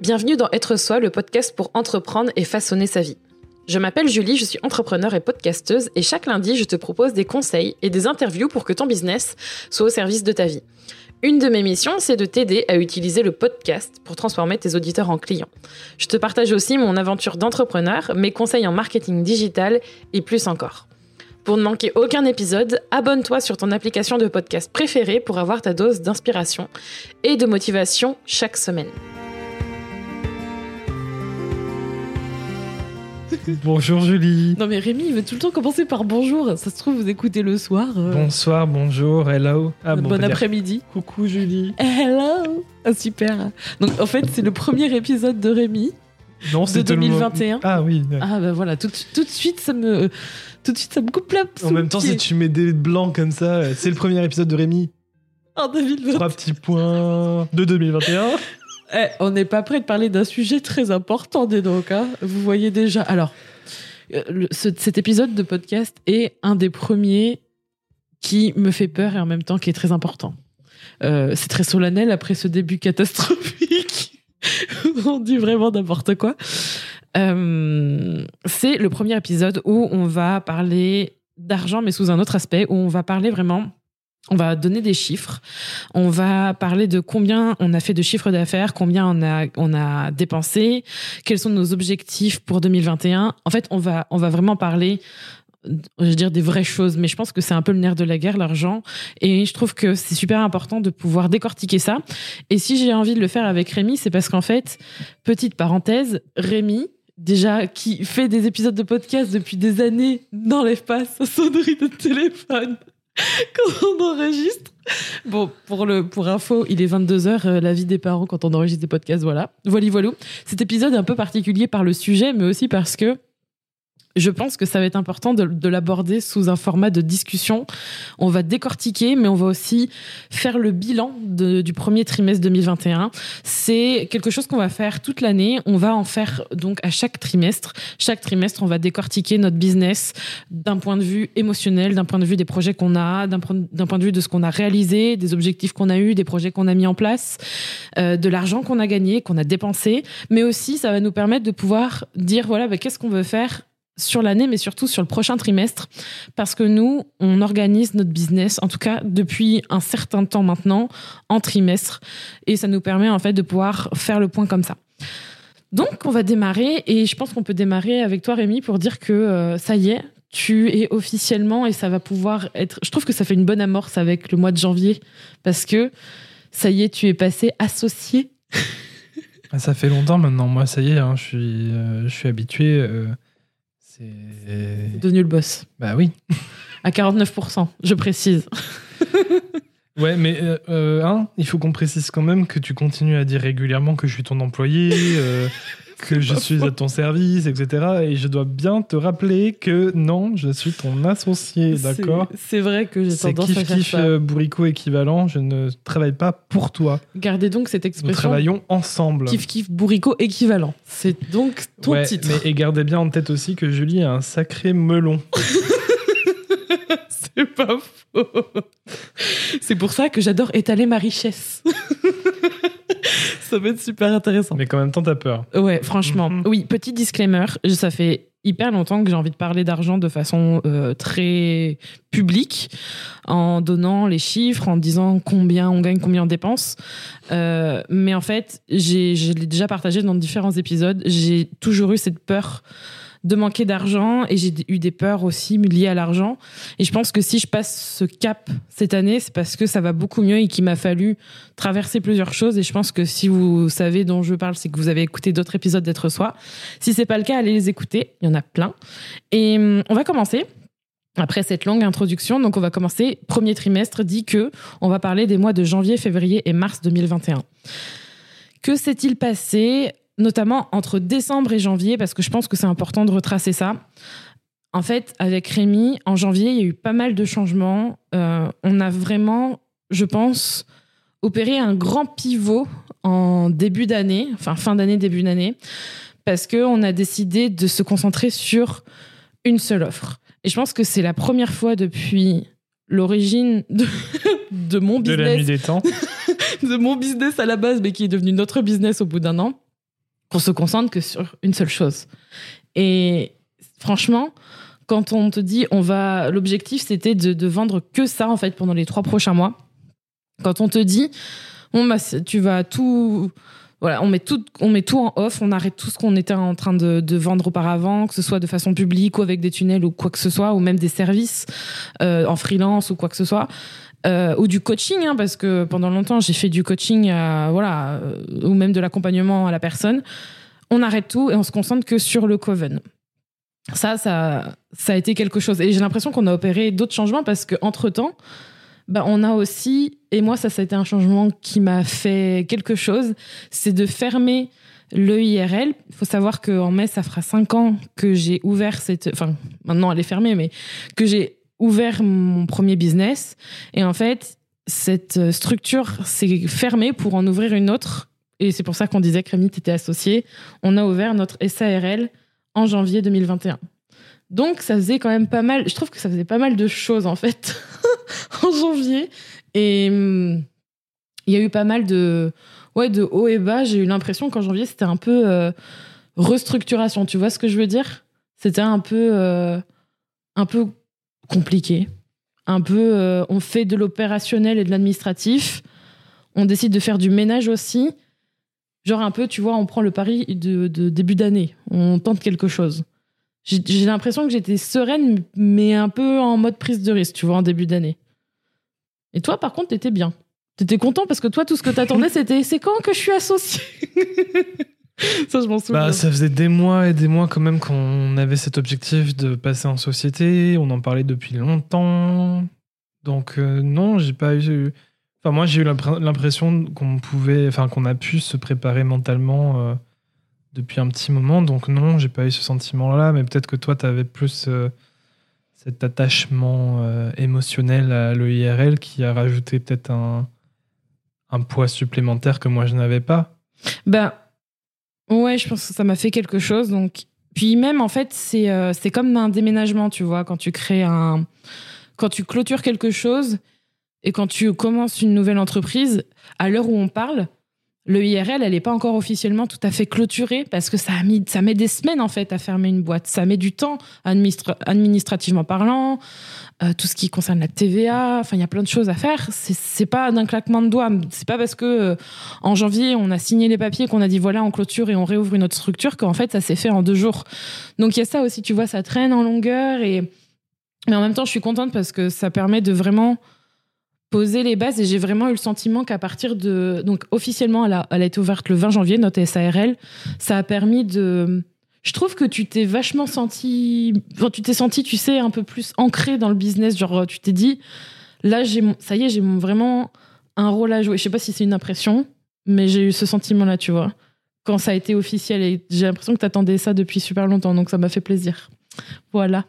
Bienvenue dans Être Soi, le podcast pour entreprendre et façonner sa vie. Je m'appelle Julie, je suis entrepreneur et podcasteuse et chaque lundi, je te propose des conseils et des interviews pour que ton business soit au service de ta vie. Une de mes missions, c'est de t'aider à utiliser le podcast pour transformer tes auditeurs en clients. Je te partage aussi mon aventure d'entrepreneur, mes conseils en marketing digital et plus encore. Pour ne manquer aucun épisode, abonne-toi sur ton application de podcast préférée pour avoir ta dose d'inspiration et de motivation chaque semaine. Bonjour Julie. Non mais Rémi, il veut tout le temps commencer par bonjour. Ça se trouve, vous écoutez le soir. Bonsoir, bonjour, hello. Bon après-midi. Coucou Julie. Hello. Ah, super. Donc en fait, c'est le premier épisode de Rémi. Non, de 2021. Ah oui. Ah bah voilà, tout de suite ça me coupe la En même temps, si tu mets des blancs comme ça, c'est le premier épisode de Rémi. En 2021. 3 petits points de 2021. On n'est pas prêt de parler d'un sujet très important, dis donc. Hein. Vous voyez déjà. Alors, cet épisode de podcast est un des premiers qui me fait peur et en même temps qui est très important. C'est très solennel après ce début catastrophique. On dit vraiment n'importe quoi. C'est le premier épisode où on va parler d'argent, mais sous un autre aspect, où on va parler vraiment... On va donner des chiffres, on va parler de combien on a fait de chiffre d'affaires, combien on a dépensé, quels sont nos objectifs pour 2021. En fait, on va vraiment parler, je veux dire, des vraies choses, mais je pense que c'est un peu le nerf de la guerre, l'argent, et je trouve que c'est super important de pouvoir décortiquer ça. Et si j'ai envie de le faire avec Rémi, c'est parce qu'en fait, petite parenthèse, Rémi, déjà, qui fait des épisodes de podcast depuis des années, n'enlève pas sa sonnerie de téléphone quand on enregistre. Bon, pour info, il est 22h, la vie des parents quand on enregistre des podcasts, voilà. Voilou. Cet épisode est un peu particulier par le sujet, mais aussi parce que je pense que ça va être important de l'aborder sous un format de discussion. On va décortiquer, mais on va aussi faire le bilan du premier trimestre 2021. C'est quelque chose qu'on va faire toute l'année. On va en faire donc à chaque trimestre. Chaque trimestre, on va décortiquer notre business d'un point de vue émotionnel, d'un point de vue des projets qu'on a, d'un point de vue de ce qu'on a réalisé, des objectifs qu'on a eus, des projets qu'on a mis en place, de l'argent qu'on a gagné, qu'on a dépensé. Mais aussi, ça va nous permettre de pouvoir dire, voilà, qu'est-ce qu'on veut faire sur l'année, mais surtout sur le prochain trimestre, parce que nous, on organise notre business, en tout cas depuis un certain temps maintenant, en trimestre, et ça nous permet en fait de pouvoir faire le point comme ça. Donc, on va démarrer, et je pense qu'on peut démarrer avec toi, Rémi, pour dire que ça y est, tu es officiellement, et ça va pouvoir être... Je trouve que ça fait une bonne amorce avec le mois de janvier, parce que ça y est, tu es passé associé. Ça fait longtemps maintenant, moi, ça y est, hein, je suis habitué... C'est devenu le boss. Bah oui. À 49%, je précise. Ouais, mais il faut qu'on précise quand même que tu continues à dire régulièrement que je suis ton employé, que je suis à ton service, etc. Et je dois bien te rappeler que non, je suis ton associé, d'accord ? C'est vrai que j'ai tendance à faire ça. C'est kiff bourricot équivalent, je ne travaille pas pour toi. Gardez donc cette expression. Nous travaillons ensemble. Kiff bourricot équivalent. C'est donc ton titre. Et gardez bien en tête aussi que Julie a un sacré melon. C'est pas faux. C'est pour ça que j'adore étaler ma richesse. Ça va être super intéressant. Mais qu'en même temps, t'as peur. Ouais, franchement. Oui, petit disclaimer. Ça fait hyper longtemps que j'ai envie de parler d'argent de façon très publique, en donnant les chiffres, en disant combien on gagne, combien on dépense. Mais en fait, je l'ai déjà partagé dans différents épisodes. J'ai toujours eu cette peur de manquer d'argent, et j'ai eu des peurs aussi liées à l'argent, et je pense que si je passe ce cap cette année, c'est parce que ça va beaucoup mieux et qu'il m'a fallu traverser plusieurs choses, et je pense que si vous savez dont je parle, c'est que vous avez écouté d'autres épisodes d'Être Soi. Si c'est pas le cas, allez les écouter, il y en a plein. Et on va commencer après cette longue introduction. Donc on va commencer, premier trimestre dit que on va parler des mois de janvier, février et mars 2021. Que s'est-il passé notamment entre décembre et janvier, parce que je pense que c'est important de retracer ça. En fait, avec Rémi, en janvier, il y a eu pas mal de changements. On a vraiment, je pense, opéré un grand pivot en début d'année, enfin fin d'année, début d'année, parce qu'on a décidé de se concentrer sur une seule offre. Et je pense que c'est la première fois depuis l'origine de mon business. De la nuit des temps. De mon business à la base, mais qui est devenu notre business au bout d'un an. qu'on se concentre que sur une seule chose. Et franchement, quand on te dit l'objectif c'était de vendre que ça en fait pendant les 3 prochains mois. Quand on te dit tu vas tout, voilà, on met tout en off, on arrête tout ce qu'on était en train de vendre auparavant, que ce soit de façon publique ou avec des tunnels ou quoi que ce soit, ou même des services en freelance ou quoi que ce soit. Ou du coaching, hein, parce que pendant longtemps j'ai fait du coaching, ou même de l'accompagnement à la personne. On arrête tout et on se concentre que sur le Coven. Ça a été quelque chose. Et j'ai l'impression qu'on a opéré d'autres changements parce qu'entre-temps, on a aussi, et moi ça a été un changement qui m'a fait quelque chose, c'est de fermer le IRL. Il faut savoir qu'en mai, ça fera 5 ans que j'ai ouvert maintenant elle est fermée, mais que j'ai ouvert mon premier business. Et en fait, cette structure s'est fermée pour en ouvrir une autre. Et c'est pour ça qu'on disait que Rémi, t'étais associé. On a ouvert notre SARL en janvier 2021. Donc, ça faisait quand même pas mal. Je trouve que ça faisait pas mal de choses, en fait, en janvier. Et il y a eu pas mal de hauts et bas. J'ai eu l'impression qu'en janvier, c'était un peu restructuration. Tu vois ce que je veux dire ? C'était un peu compliqué. Un peu, on fait de l'opérationnel et de l'administratif. On décide de faire du ménage aussi. Genre un peu, tu vois, on prend le pari de début d'année. On tente quelque chose. J'ai l'impression que j'étais sereine, mais un peu en mode prise de risque, tu vois, en début d'année. Et toi, par contre, t'étais bien. T'étais content parce que toi, tout ce que t'attendais, c'était « c'est quand que je suis associée ?» Ça, je m'en souviens. Ça faisait des mois et des mois quand même qu'on avait cet objectif de passer en société. On en parlait depuis longtemps. Donc non, j'ai pas eu... Enfin, moi, j'ai eu l'impression qu'on a pu se préparer mentalement depuis un petit moment. Donc non, j'ai pas eu ce sentiment-là. Mais peut-être que toi, t'avais plus cet attachement émotionnel à l'EIRL qui a rajouté peut-être un poids supplémentaire que moi, je n'avais pas. Ouais, je pense que ça m'a fait quelque chose. Donc, puis même, en fait, c'est comme un déménagement, tu vois, quand tu clôtures quelque chose et quand tu commences une nouvelle entreprise, à l'heure où on parle, le IRL, elle n'est pas encore officiellement tout à fait clôturée parce que ça met des semaines, en fait, à fermer une boîte. Ça met du temps, administrativement parlant, tout ce qui concerne la TVA. Enfin, il y a plein de choses à faire. C'est pas d'un claquement de doigts. C'est pas parce que en janvier, on a signé les papiers, qu'on a dit voilà, on clôture et on réouvre une autre structure qu'en fait, ça s'est fait en 2 jours. Donc, il y a ça aussi, tu vois, ça traîne en longueur. Mais en même temps, je suis contente parce que ça permet de vraiment poser les bases et j'ai vraiment eu le sentiment qu'à partir de... Donc, officiellement, elle a été ouverte le 20 janvier, notre SARL. Ça a permis de... Je trouve que tu t'es vachement senti... Enfin, tu t'es senti, tu sais, un peu plus ancré dans le business. Genre, tu t'es dit, là, ça y est, j'ai vraiment un rôle à jouer. Je sais pas si c'est une impression, mais j'ai eu ce sentiment-là, tu vois, quand ça a été officiel. Et j'ai l'impression que t'attendais ça depuis super longtemps, donc ça m'a fait plaisir. Voilà.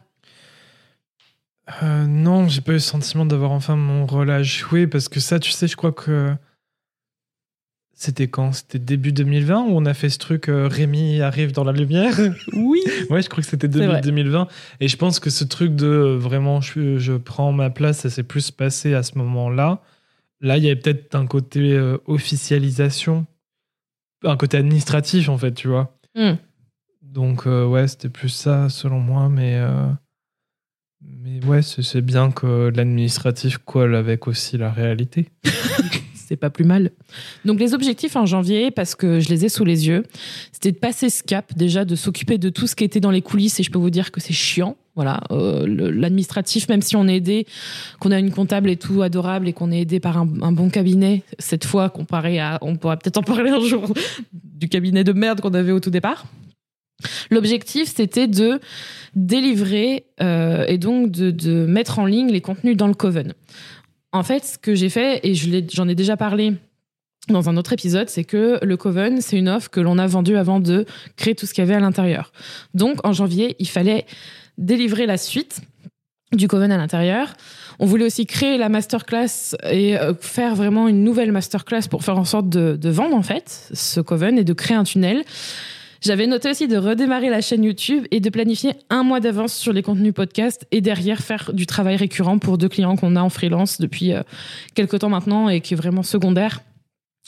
Non, j'ai pas eu le sentiment d'avoir enfin mon rôle à jouer parce que ça, tu sais, je crois que c'était quand ? C'était début 2020 où on a fait ce truc Rémi arrive dans la lumière. Oui. Ouais, je crois que c'était début 2020 et je pense que ce truc de vraiment je prends ma place, ça s'est plus passé à ce moment-là. Là, il y avait peut-être un côté officialisation, un côté administratif en fait, tu vois. Donc ouais, c'était plus ça selon moi, mais ouais, c'est bien que l'administratif colle avec aussi la réalité. C'est pas plus mal. Donc les objectifs en janvier, parce que je les ai sous les yeux, c'était de passer ce cap, déjà de s'occuper de tout ce qui était dans les coulisses, et je peux vous dire que c'est chiant. Voilà, l'administratif, même si on est aidé, qu'on a une comptable et tout adorable et qu'on est aidé par un bon cabinet, cette fois comparé à, on pourra peut-être en parler un jour, du cabinet de merde qu'on avait au tout départ. L'objectif, c'était de délivrer et donc de mettre en ligne les contenus dans le Coven. En fait, ce que j'ai fait, et j'en ai déjà parlé dans un autre épisode, c'est que le Coven, c'est une offre que l'on a vendue avant de créer tout ce qu'il y avait à l'intérieur. Donc, en janvier, il fallait délivrer la suite du Coven à l'intérieur. On voulait aussi créer la masterclass et faire vraiment une nouvelle masterclass pour faire en sorte de vendre, en fait, ce Coven et de créer un tunnel. J'avais noté aussi de redémarrer la chaîne YouTube et de planifier 1 mois d'avance sur les contenus podcast et derrière faire du travail récurrent pour 2 clients qu'on a en freelance depuis quelques temps maintenant et qui est vraiment secondaire.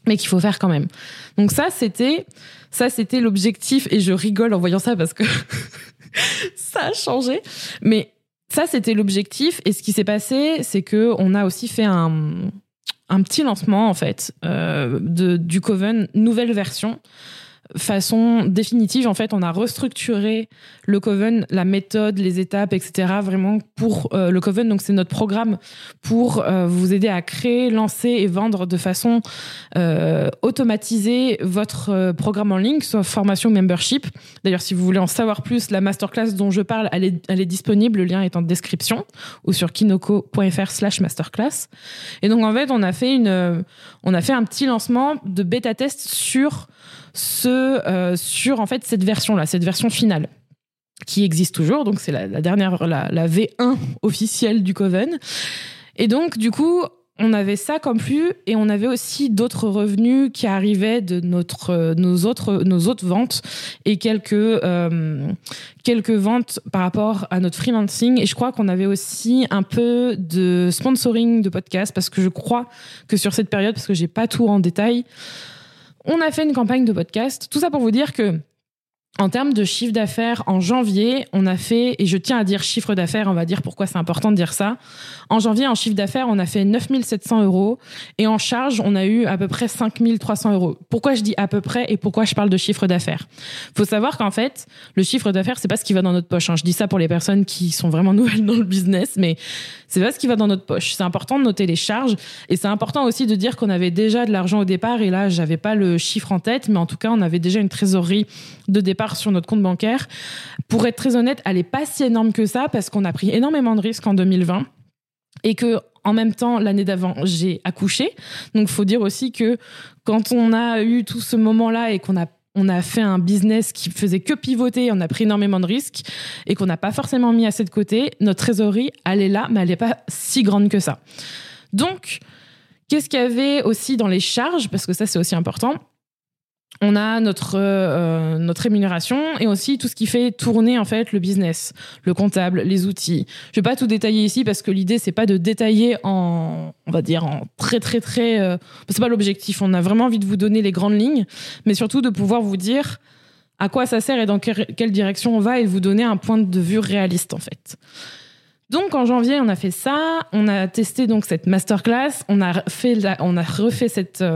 mais qu'il faut faire quand même. Donc ça, c'était l'objectif, et je rigole en voyant ça parce que ça a changé. Mais ça, c'était l'objectif, et ce qui s'est passé, c'est que on a aussi fait un petit lancement, en fait, du Coven, nouvelle version, façon définitive. En fait, on a restructuré le Coven, la méthode, les étapes, etc. Vraiment pour le Coven. Donc, c'est notre programme pour vous aider à créer, lancer et vendre de façon automatisée votre programme en ligne, soit formation ou membership. D'ailleurs, si vous voulez en savoir plus, la masterclass dont je parle, elle est disponible. Le lien est en description ou sur kinoko.fr/masterclass. Et donc, en fait, on a fait un petit lancement de bêta test sur en fait cette version-là, cette version finale qui existe toujours. Donc c'est la dernière, la V1 officielle du Coven. Et donc du coup, on avait ça comme flux, et on avait aussi d'autres revenus qui arrivaient de nos autres ventes, et quelques ventes par rapport à notre freelancing. Et je crois qu'on avait aussi un peu de sponsoring de podcast, parce que je crois que sur cette période, parce que j'ai pas tout en détail, on a fait une campagne de podcast. Tout ça pour vous dire que, en termes de chiffre d'affaires, en janvier, on a fait, et je tiens à dire chiffre d'affaires, on va dire pourquoi c'est important de dire ça. En janvier, en chiffre d'affaires, on a fait 9 700 €, et en charge, on a eu à peu près 5 300 €. Pourquoi je dis à peu près, et pourquoi je parle de chiffre d'affaires? Faut savoir qu'en fait, le chiffre d'affaires, c'est pas ce qui va dans notre poche, hein. Je dis ça pour les personnes qui sont vraiment nouvelles dans le business, mais c'est pas ce qui va dans notre poche. C'est important de noter les charges, et c'est important aussi de dire qu'on avait déjà de l'argent au départ, et là, j'avais pas le chiffre en tête, mais en tout cas, on avait déjà une trésorerie de départ sur notre compte bancaire. Pour être très honnête, elle est pas si énorme que ça, parce qu'on a pris énormément de risques en 2020, et que en même temps, l'année d'avant, j'ai accouché. Donc, faut dire aussi que quand on a eu tout ce moment-là et qu'on a fait un business qui faisait que pivoter, on a pris énormément de risques et qu'on n'a pas forcément mis assez de côté, notre trésorerie, elle est là, mais elle n'est pas si grande que ça. Donc, qu'est-ce qu'il y avait aussi dans les charges? Parce que ça, c'est aussi important. On a notre rémunération, et aussi tout ce qui fait tourner en fait le business, le comptable, les outils. Je vais pas tout détailler ici, parce que l'idée c'est pas de détailler on va dire en très c'est pas l'objectif. On a vraiment envie de vous donner les grandes lignes, mais surtout de pouvoir vous dire à quoi ça sert et dans quelle direction on va, et de vous donner un point de vue réaliste en fait. Donc en janvier, on a fait ça, on a testé donc cette masterclass, on a refait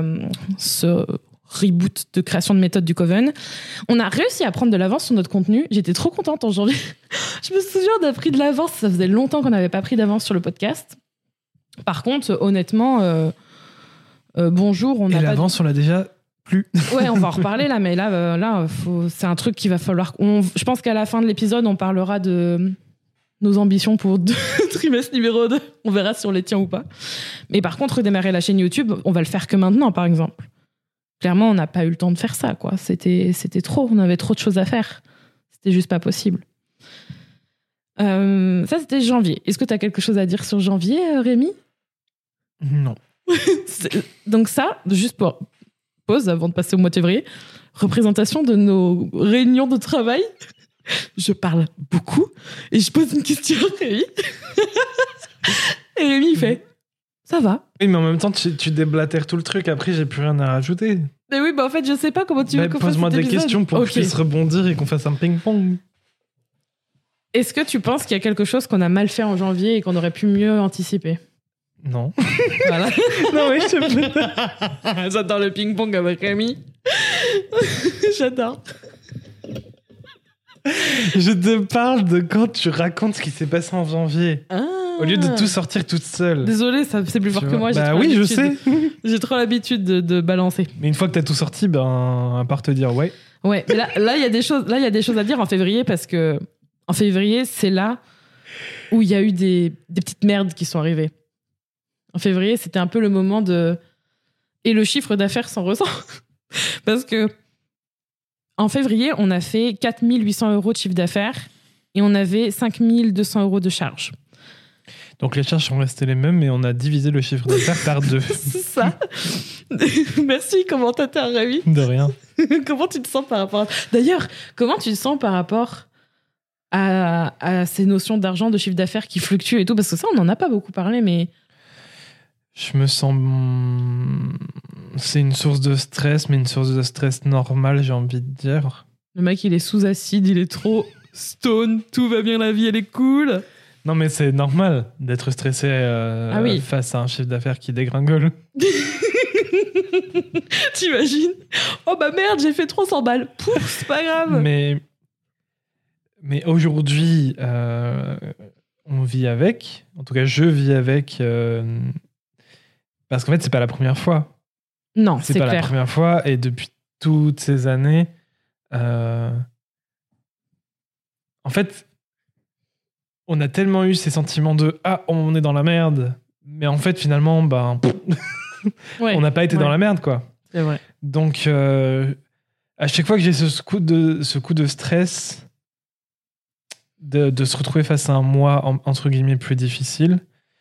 ce reboot de création de méthode du Coven. On a réussi à prendre de l'avance sur notre contenu. J'étais trop contente en janvier. Je me souviens d'avoir pris de l'avance. Ça faisait longtemps qu'on n'avait pas pris d'avance sur le podcast. Par contre, honnêtement, bonjour, on a. Et l'avance, on l'a déjà plus. Ouais, on va en reparler là, mais là, c'est un truc qu'il va falloir. Je pense qu'à la fin de l'épisode, on parlera de nos ambitions pour trimestre numéro 2. On verra si on les tient ou pas. Mais par contre, redémarrer la chaîne YouTube, on va le faire que maintenant, par exemple. Clairement, on n'a pas eu le temps de faire ça, quoi. C'était trop. On avait trop de choses à faire. C'était juste pas possible. Ça, c'était janvier. Est-ce que tu as quelque chose à dire sur janvier, Rémi? Non. Donc ça, juste pour pause avant de passer au mois de février, représentation de nos réunions de travail. Je parle beaucoup et je pose une question à Rémi. Et Rémi, il fait... Ça va. Oui, mais en même temps, tu déblatères tout le truc. Après, j'ai plus rien à rajouter. Mais oui, en fait, je sais pas comment tu veux qu'on fasse pose-moi cet des épisode. questions pour que je puisse rebondir et qu'on fasse un ping-pong. Est-ce que tu penses qu'il y a quelque chose qu'on a mal fait en janvier et qu'on aurait pu mieux anticiper? Non. Voilà. Non, oui, je te plaît. J'adore le ping-pong avec Rémi. J'adore. Je te parle de quand tu racontes ce qui s'est passé en janvier. Au lieu de tout sortir toute seule. Désolée, c'est plus fort que moi. Bah oui, je sais. J'ai trop l'habitude de balancer. Mais une fois que t'as tout sorti, à part te dire ouais. Ouais, mais là, il y a des choses à dire en février, parce que en février, c'est là où il y a eu des petites merdes qui sont arrivées. En février, c'était un peu le moment de... Et le chiffre d'affaires s'en ressent. Parce que en février, on a fait 4 800 € de chiffre d'affaires et on avait 5 200 € de charges. Donc les charges sont restées les mêmes, mais on a divisé le chiffre d'affaires par 2. C'est ça. Merci, commentateur Rémi. De rien. Comment tu te sens par rapport à... D'ailleurs, comment tu te sens par rapport à ces notions d'argent, de chiffre d'affaires qui fluctuent et tout? Parce que ça, on n'en a pas beaucoup parlé, mais... Je me sens... C'est une source de stress, mais une source de stress normale, j'ai envie de dire. Le mec, il est sous acide, il est trop stone, tout va bien, la vie, elle est cool. Non, mais c'est normal d'être stressé face à un chiffre d'affaires qui dégringole. T'imagines ? Oh bah merde, j'ai fait 300 balles. Pouf, c'est pas grave. Mais aujourd'hui, on vit avec. En tout cas, je vis avec. Parce qu'en fait, c'est pas la première fois. Non, c'est c'est pas clair. la première fois. Et depuis toutes ces années, en fait, on a tellement eu ces sentiments de ah, on est dans la merde. Mais en fait, finalement, on n'a pas été dans la merde, quoi. C'est vrai. Donc, à chaque fois que j'ai ce coup de stress, de se retrouver face à un mois entre guillemets plus difficile,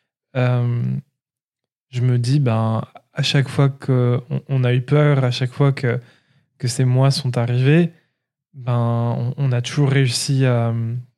je me dis, à chaque fois qu'on a eu peur, à chaque fois que ces mois sont arrivés, on a toujours réussi à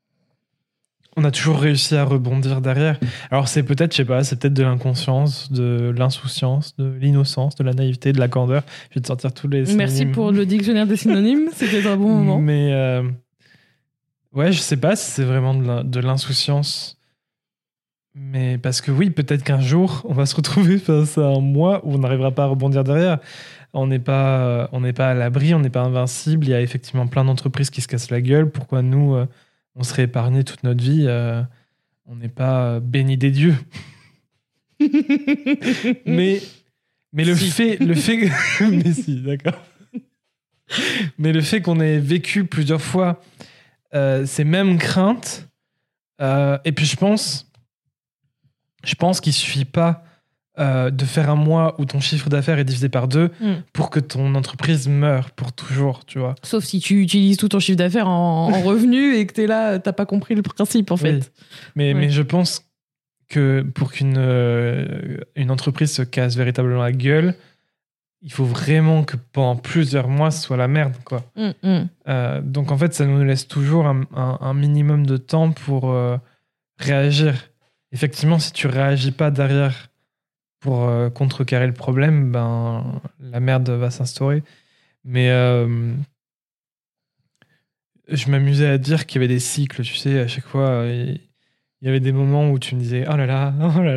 rebondir derrière. Alors c'est peut-être, je sais pas, c'est peut-être de l'inconscience, de l'insouciance, de l'innocence, de la naïveté, de la candeur. Je vais te sortir tous les synonymes. Merci pour le dictionnaire des synonymes, c'était un bon moment. Mais ouais, je sais pas si c'est vraiment de l'insouciance. Mais parce que oui, peut-être qu'un jour, on va se retrouver face à un mois où on n'arrivera pas à rebondir derrière. On n'est pas à l'abri, on n'est pas invincible. Il y a effectivement plein d'entreprises qui se cassent la gueule. Pourquoi nous, on serait épargnés toute notre vie? On n'est pas bénis des dieux. mais le fait mais si, d'accord. Mais le fait qu'on ait vécu plusieurs fois ces mêmes craintes, et puis je pense qu'il suffit pas de faire un mois où ton chiffre d'affaires est divisé par 2 pour que ton entreprise meure pour toujours, tu vois. Sauf si tu utilises tout ton chiffre d'affaires en revenus et que t'es là, t'as pas compris le principe en fait. Mais je pense que pour qu'une entreprise se casse véritablement la gueule, il faut vraiment que pendant plusieurs mois ce soit la merde, quoi. Donc en fait, ça nous laisse toujours un minimum de temps pour réagir. Effectivement, si tu réagis pas derrière pour contrecarrer le problème, la merde va s'instaurer. Mais je m'amusais à dire qu'il y avait des cycles, tu sais, à chaque fois, il y avait des moments où tu me disais « Oh là là,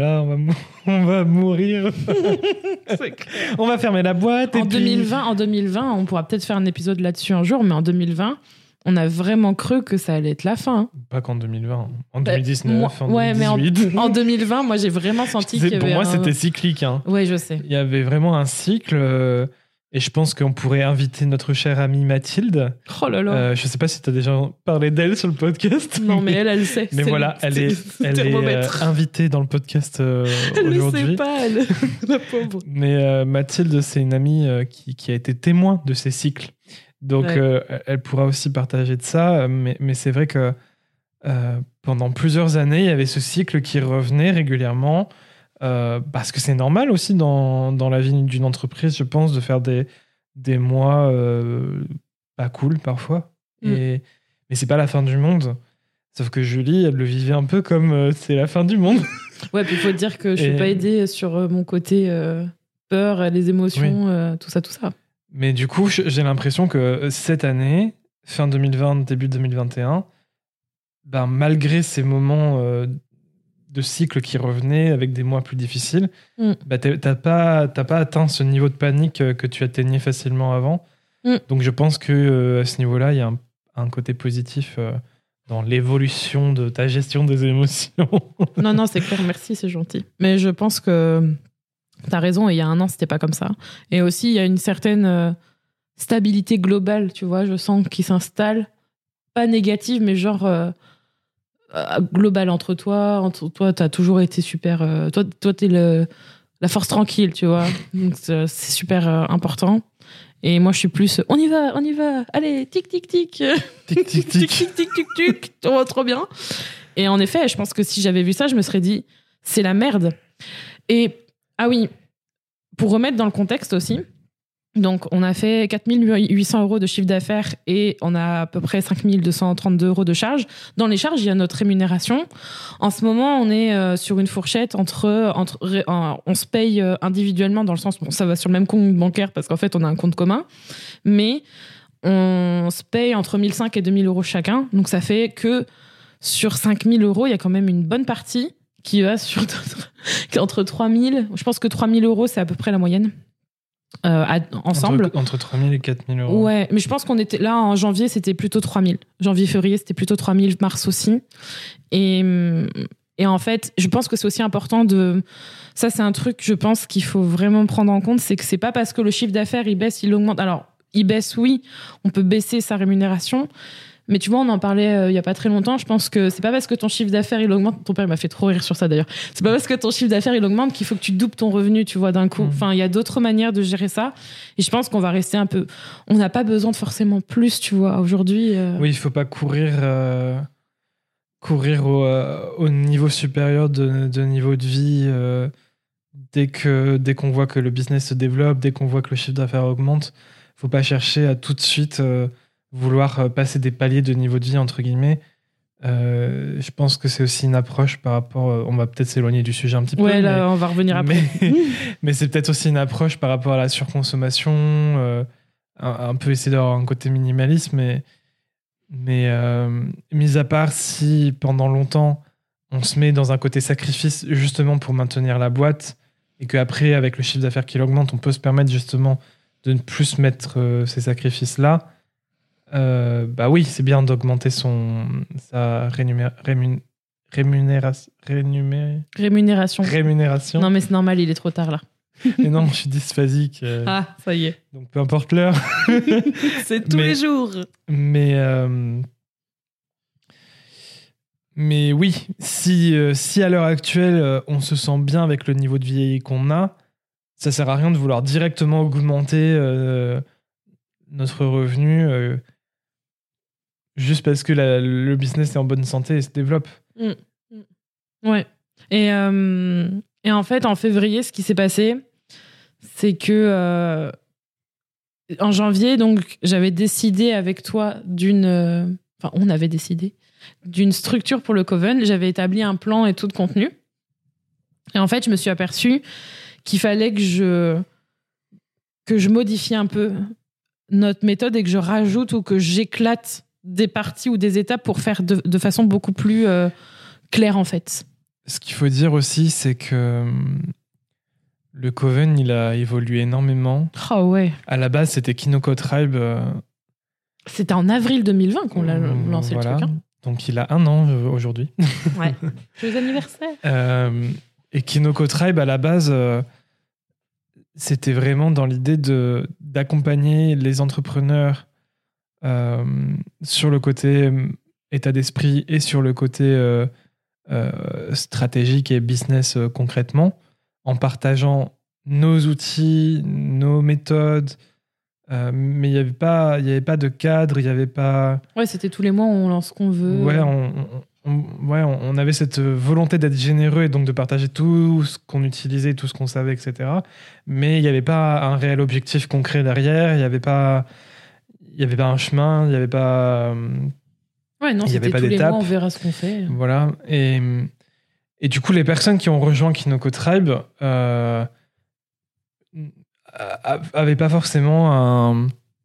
on va mourir. C'est clair. On va fermer la boîte. » En 2020, on pourra peut-être faire un épisode là-dessus un jour, mais en 2020, on a vraiment cru que ça allait être la fin. Pas qu'en 2020, en 2019, en 2018. Ouais, mais en 2020, moi, j'ai vraiment senti qu'il y avait pour moi, c'était cyclique. Hein. Ouais, je sais. Il y avait vraiment un cycle, et je pense qu'on pourrait inviter notre chère amie Mathilde. Oh là là. Je sais pas si tu as déjà parlé d'elle sur le podcast. Non, mais elle sait. Mais voilà, elle est invitée dans le podcast aujourd'hui. Elle ne sait pas, elle. La pauvre. Mais Mathilde, c'est une amie qui a été témoin de ces cycles. Donc, elle pourra aussi partager de ça. Mais c'est vrai que pendant plusieurs années, il y avait ce cycle qui revenait régulièrement. Parce que c'est normal aussi dans la vie d'une entreprise, je pense, de faire des mois pas cool parfois. Mais c'est pas la fin du monde. Sauf que Julie, elle le vivait un peu comme c'est la fin du monde. Ouais, puis il faut dire que je suis pas aidée sur mon côté peur, les émotions, tout ça. Mais du coup, j'ai l'impression que cette année, fin 2020, début 2021, malgré ces moments de cycle qui revenaient avec des mois plus difficiles, t'as pas atteint ce niveau de panique que tu atteignais facilement avant. Donc je pense que à ce niveau-là, il y a un côté positif dans l'évolution de ta gestion des émotions. Non, c'est clair, merci, c'est gentil. Mais je pense que t'as raison, et il y a un an, c'était pas comme ça. Et aussi, il y a une certaine stabilité globale, tu vois, je sens, qui s'installe. Pas négative, mais genre globale entre toi. Toi, t'as toujours été super... Toi, t'es la force tranquille, tu vois. Donc, c'est super important. Et moi, je suis plus... On y va. Allez, tic, tic, tic. Tic, tic, tic. Tic, tic, tic, tic. Oh, trop bien. Et en effet, je pense que si j'avais vu ça, je me serais dit, c'est la merde. Et... Ah oui, pour remettre dans le contexte aussi, Donc, on a fait 4 800 € de chiffre d'affaires et on a à peu près 5 232 € de charges. Dans les charges, il y a notre rémunération. En ce moment, on est sur une fourchette on se paye individuellement dans le sens, bon, ça va sur le même compte bancaire parce qu'en fait, on a un compte commun, mais on se paye entre 1 500 et 2 000 € chacun. Donc, ça fait que sur 5 000 €, il y a quand même une bonne partie qui va sur entre 3 000. Je pense que 3 000 €, c'est à peu près la moyenne. Ensemble. Entre 3 000 et 4 000 €. Ouais, mais je pense qu'on était là en janvier, c'était plutôt 3 000. Janvier-février, c'était plutôt 3 000, mars aussi. Et en fait, je pense que c'est aussi important de... Ça, c'est un truc, je pense, qu'il faut vraiment prendre en compte, c'est que c'est pas parce que le chiffre d'affaires, il baisse, il augmente. Alors, il baisse, oui, on peut baisser sa rémunération. Mais tu vois, on en parlait il y a pas très longtemps. Je pense que c'est pas parce que ton chiffre d'affaires il augmente. Ton père m'a fait trop rire sur ça d'ailleurs. C'est pas parce que ton chiffre d'affaires il augmente qu'il faut que tu doubles ton revenu, tu vois, d'un coup. Enfin, il y a d'autres manières de gérer ça. Et je pense qu'on va rester un peu. On n'a pas besoin de forcément plus, tu vois. Aujourd'hui. Oui, il faut pas courir au niveau supérieur de niveau de vie dès qu'on voit que le business se développe, dès qu'on voit que le chiffre d'affaires augmente. Faut pas chercher à tout de suite vouloir passer des paliers de niveau de vie, entre guillemets. Je pense que c'est aussi une approche par rapport... on va peut-être s'éloigner du sujet un petit peu. Ouais, là, on va revenir après. Mais c'est peut-être aussi une approche par rapport à la surconsommation, un peu essayer d'avoir un côté minimaliste, mais mis à part si pendant longtemps, on se met dans un côté sacrifice justement pour maintenir la boîte, et qu'après, avec le chiffre d'affaires qui augmente, on peut se permettre justement de ne plus mettre ces sacrifices-là. Bah oui, c'est bien d'augmenter sa rémunération. Non, mais c'est normal, il est trop tard là. Mais non, je suis dysphasique. Ah, ça y est. Donc peu importe l'heure. C'est tous les jours. Mais oui, si à l'heure actuelle, on se sent bien avec le niveau de vie qu'on a, ça sert à rien de vouloir directement augmenter notre revenu juste parce que le business est en bonne santé et se développe. Ouais. Et en fait, en février, ce qui s'est passé, c'est que en janvier, donc, j'avais décidé avec toi on avait décidé d'une structure pour le Coven. J'avais établi un plan et tout de contenu. Et en fait, je me suis aperçue qu'il fallait que je modifie un peu notre méthode et que je rajoute ou que j'éclate des parties ou des étapes pour faire de façon beaucoup plus claire, en fait. Ce qu'il faut dire aussi, c'est que le Coven, il a évolué énormément. Oh ouais. À la base, c'était Kinoko Tribe. C'était en avril 2020 qu'on l'a lancé, voilà. le truc. Hein. Donc, il a 1 an aujourd'hui. Ouais. Joyeux anniversaire. Et Kinoko Tribe, à la base, c'était vraiment dans l'idée d'accompagner les entrepreneurs sur le côté état d'esprit et sur le côté stratégique et business concrètement, en partageant nos outils, nos méthodes, mais il n'y avait pas de cadre, il n'y avait pas... Ouais, c'était tous les mois, on lance ce qu'on veut. Ouais, on avait cette volonté d'être généreux et donc de partager tout ce qu'on utilisait, tout ce qu'on savait, etc. Mais il n'y avait pas un réel objectif concret derrière, il n'y avait pas un chemin, il n'y avait pas... Ouais, non, c'était tous les mois, on verra ce qu'on fait. Voilà. Et du coup, les personnes qui ont rejoint Kinoko Tribe avaient pas forcément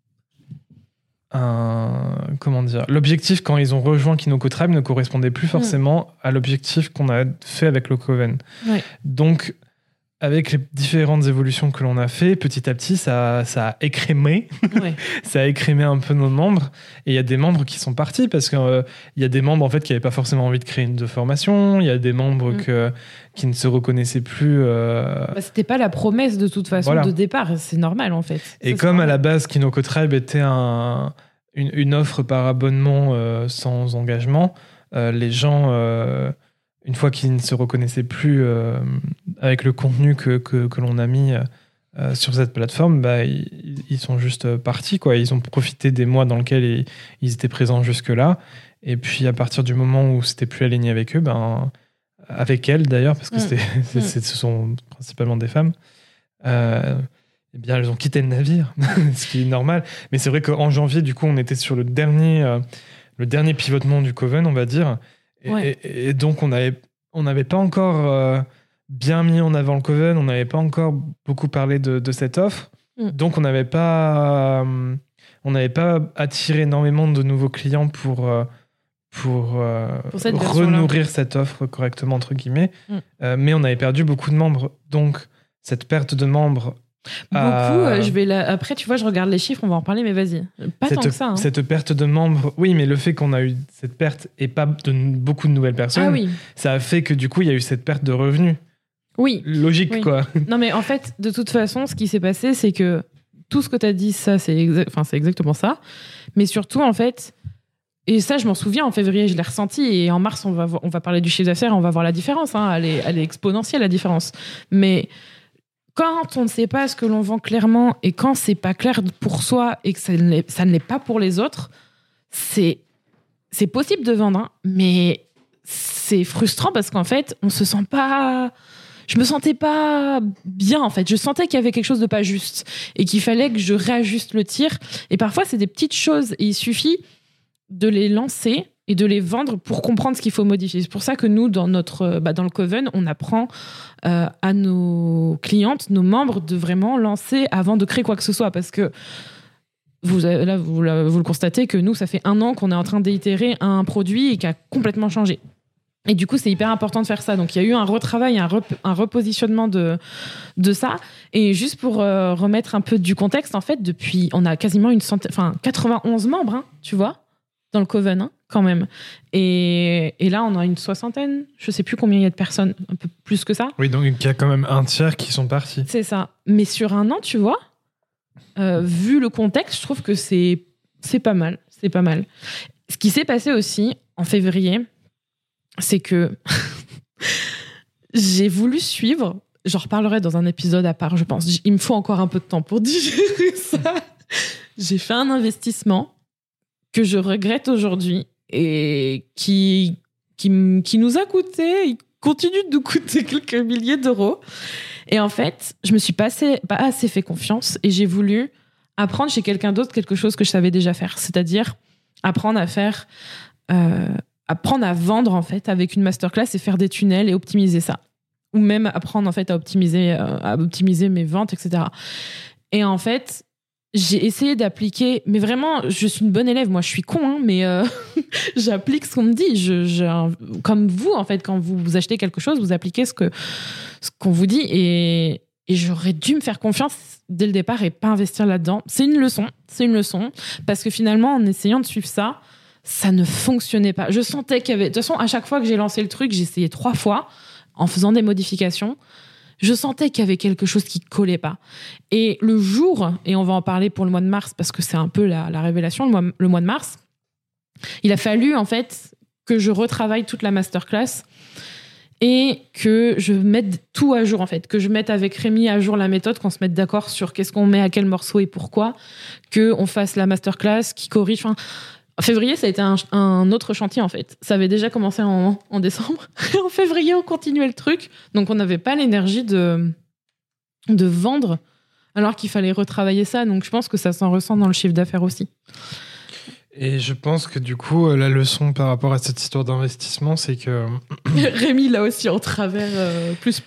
comment dire, l'objectif quand ils ont rejoint Kinoko Tribe ne correspondait plus forcément à l'objectif qu'on a fait avec le Coven. Ouais. Donc, avec les différentes évolutions que l'on a fait, petit à petit, ça a écrémé. Ouais. Ça a écrémé un peu nos membres. Et il y a des membres qui sont partis parce qu'il y a des membres en fait, qui n'avaient pas forcément envie de créer une formation. Il y a des membres qui ne se reconnaissaient plus. C'était pas la promesse de toute façon de départ. C'est normal en fait. Et comme à la base, Kinoko Tribe était une offre par abonnement sans engagement, les gens... une fois qu'ils ne se reconnaissaient plus avec le contenu que l'on a mis sur cette plateforme, bah, ils sont juste partis, quoi. Ils ont profité des mois dans lesquels ils étaient présents jusque-là. Et puis, à partir du moment où c'était plus aligné avec eux, avec elles d'ailleurs, parce que ce sont principalement des femmes, eh bien, elles ont quitté le navire, ce qui est normal. Mais c'est vrai qu'en janvier, du coup, on était sur le dernier pivotement du Coven, on va dire. Et donc, on n'avait pas encore bien mis en avant le Coven, on n'avait pas encore beaucoup parlé de cette offre. Donc, on n'avait pas attiré énormément de nouveaux clients pour renourrir cette offre correctement, entre guillemets. Mais on avait perdu beaucoup de membres. Donc, cette perte de membres... Après, tu vois, je regarde les chiffres, on va en parler, mais vas-y. Pas tant que ça. Hein. Cette perte de membres... Oui, mais le fait qu'on a eu cette perte et pas beaucoup de nouvelles personnes, ça a fait que, du coup, il y a eu cette perte de revenus. Oui. Logique, quoi. Non, mais en fait, de toute façon, ce qui s'est passé, c'est que tout ce que tu as dit, ça, c'est exactement ça. Mais surtout, en fait... Et ça, je m'en souviens, en février, je l'ai ressenti. Et en mars, on va parler du chiffre d'affaires, on va voir la différence. Hein. Elle est exponentielle, la différence. Mais quand on ne sait pas ce que l'on vend clairement et quand c'est pas clair pour soi et que ça ne l'est pas pour les autres, c'est possible de vendre, hein, mais c'est frustrant parce qu'en fait, on se sent pas... Je me sentais pas bien, en fait. Je sentais qu'il y avait quelque chose de pas juste et qu'il fallait que je réajuste le tir. Et parfois, c'est des petites choses et il suffit de les lancer et de les vendre pour comprendre ce qu'il faut modifier. C'est pour ça que nous, dans le Coven, on apprend à nos clientes, nos membres, de vraiment lancer avant de créer quoi que ce soit. Parce que vous le constatez que nous, ça fait 1 an qu'on est en train d'itérer un produit et qui a complètement changé. Et du coup, c'est hyper important de faire ça. Donc, il y a eu un retravail, un repositionnement de ça. Et juste pour remettre un peu du contexte, en fait, depuis, on a quasiment 91 membres, hein, tu vois, dans le Coven, hein, quand même. Et là, on a une 60aine. Je sais plus combien il y a de personnes, un peu plus que ça. Oui, donc il y a quand même un tiers qui sont partis. C'est ça. Mais sur 1 an, tu vois, vu le contexte, je trouve que c'est pas mal. C'est pas mal. Ce qui s'est passé aussi en février, c'est que j'ai voulu suivre, j'en reparlerai dans un épisode à part, je pense. Il me faut encore un peu de temps pour digérer ça. J'ai fait un investissement que je regrette aujourd'hui et qui nous a coûté, il continue de nous coûter quelques milliers d'euros. Et en fait, je me suis pas assez fait confiance et j'ai voulu apprendre chez quelqu'un d'autre quelque chose que je savais déjà faire, c'est-à-dire apprendre à vendre en fait avec une masterclass et faire des tunnels et optimiser ça, ou même apprendre en fait à optimiser mes ventes, etc. Et en fait, j'ai essayé d'appliquer, mais vraiment, je suis une bonne élève, moi je suis con, hein, mais j'applique ce qu'on me dit. Comme vous en fait, quand vous achetez quelque chose, vous appliquez ce qu'on vous dit et j'aurais dû me faire confiance dès le départ et pas investir là-dedans. C'est une leçon, parce que finalement, en essayant de suivre ça ne fonctionnait pas. Je sentais qu'il y avait... De toute façon, à chaque fois que j'ai lancé le truc, j'ai essayé 3 fois en faisant des modifications. Je sentais qu'il y avait quelque chose qui collait pas. Et le jour, et on va en parler pour le mois de mars, parce que c'est un peu la révélation, le mois de mars, il a fallu en fait que je retravaille toute la masterclass et que je mette tout à jour en fait, que je mette avec Rémi à jour la méthode, qu'on se mette d'accord sur qu'est-ce qu'on met à quel morceau et pourquoi, qu'on fasse la masterclass qui corrige... En février, ça a été un autre chantier, en fait. Ça avait déjà commencé en décembre. En février, on continuait le truc. Donc, on n'avait pas l'énergie de vendre, alors qu'il fallait retravailler ça. Donc, je pense que ça s'en ressent dans le chiffre d'affaires aussi. Et je pense que, du coup, la leçon par rapport à cette histoire d'investissement, c'est que... Rémi, là aussi, en travers plus.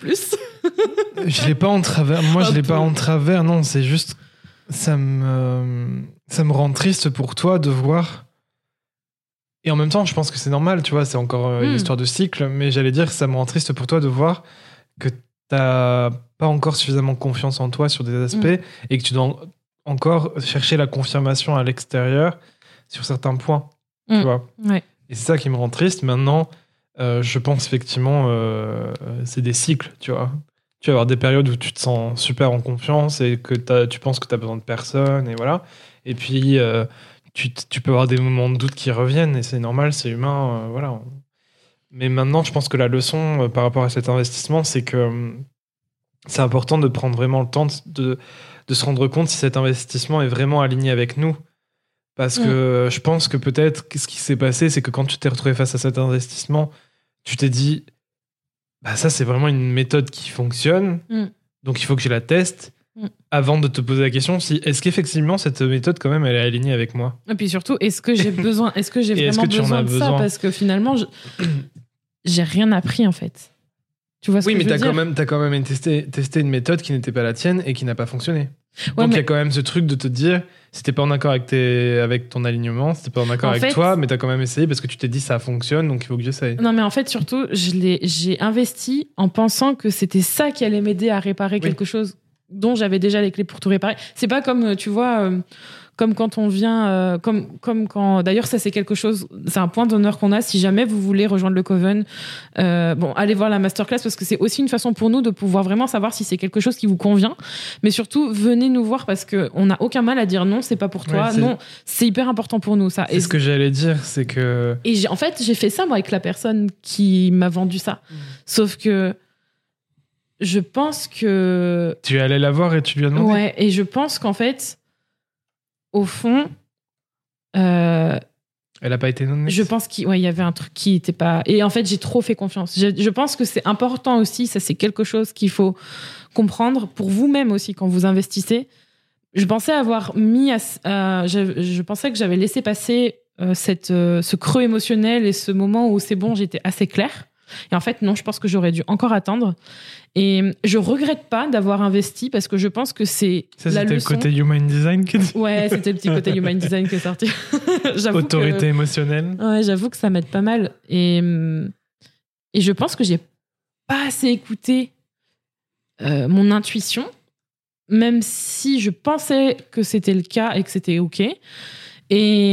Je l'ai pas en travers. Moi, je l'ai pas en travers. Non, c'est juste... Ça me rend triste pour toi de voir... Et en même temps, je pense que c'est normal, tu vois, c'est encore une histoire de cycle, mais j'allais dire que ça me rend triste pour toi de voir que t'as pas encore suffisamment confiance en toi sur des aspects et que tu dois encore chercher la confirmation à l'extérieur sur certains points, tu vois. Ouais. Et c'est ça qui me rend triste. Maintenant, je pense effectivement, c'est des cycles, tu vois. Tu vas avoir des périodes où tu te sens super en confiance et que tu penses que tu as besoin de personne, et voilà. Et puis... Tu peux avoir des moments de doute qui reviennent et c'est normal, c'est humain, voilà. Mais maintenant, je pense que la leçon par rapport à cet investissement, c'est que c'est important de prendre vraiment le temps de se rendre compte si cet investissement est vraiment aligné avec nous. Parce que je pense que peut-être ce qui s'est passé, c'est que quand tu t'es retrouvé face à cet investissement, tu t'es dit, bah ça c'est vraiment une méthode qui fonctionne, donc il faut que je la teste. avant de te poser la question si est-ce qu'effectivement cette méthode quand même elle est alignée avec moi. Et puis surtout, est-ce que j'ai besoin, est-ce que j'ai vraiment besoin de ça, parce que finalement j'ai rien appris en fait. Tu vois ce que je veux dire ? Oui, mais t'as quand même testé une méthode qui n'était pas la tienne et qui n'a pas fonctionné. Ouais, donc il y a quand même ce truc de te dire, si t'es pas en accord avec ton alignement, si t'es pas en accord avec toi, mais t'as quand même essayé parce que tu t'es dit ça fonctionne, donc il faut que j'essaye. Non, mais en fait, surtout, j'ai investi en pensant que c'était ça qui allait m'aider à réparer quelque chose dont j'avais déjà les clés pour tout réparer. C'est pas comme, tu vois, comme quand on vient, comme quand. D'ailleurs, ça c'est quelque chose, c'est un point d'honneur qu'on a. Si jamais vous voulez rejoindre le Coven, allez voir la masterclass parce que c'est aussi une façon pour nous de pouvoir vraiment savoir si c'est quelque chose qui vous convient. Mais surtout, venez nous voir parce que on n'a aucun mal à dire non, c'est pas pour toi. Non, c'est hyper important pour nous ça. C'est ce que j'allais dire, c'est que. Et en fait, j'ai fait ça moi avec la personne qui m'a vendu ça. Sauf que. Je pense que... Tu es allé la voir et tu lui as demandé ? Ouais, et je pense qu'en fait, au fond... Elle n'a pas été non-nette ? Je pense qu'il y avait un truc qui n'était pas... Et en fait, j'ai trop fait confiance. Je pense que c'est important aussi, ça c'est quelque chose qu'il faut comprendre pour vous-même aussi quand vous investissez. Je pensais avoir mis... je pensais que j'avais laissé passer ce creux émotionnel et ce moment où c'est bon, j'étais assez claire. Et en fait, non, je pense que j'aurais dû encore attendre. Et je regrette pas d'avoir investi parce que je pense que c'est la leçon. C'était le côté human design Ouais, c'était le petit côté human design qui est sorti. Autorité émotionnelle. Ouais, j'avoue que ça m'aide pas mal. Et je pense que j'ai pas assez écouté mon intuition, même si je pensais que c'était le cas et que c'était OK. Et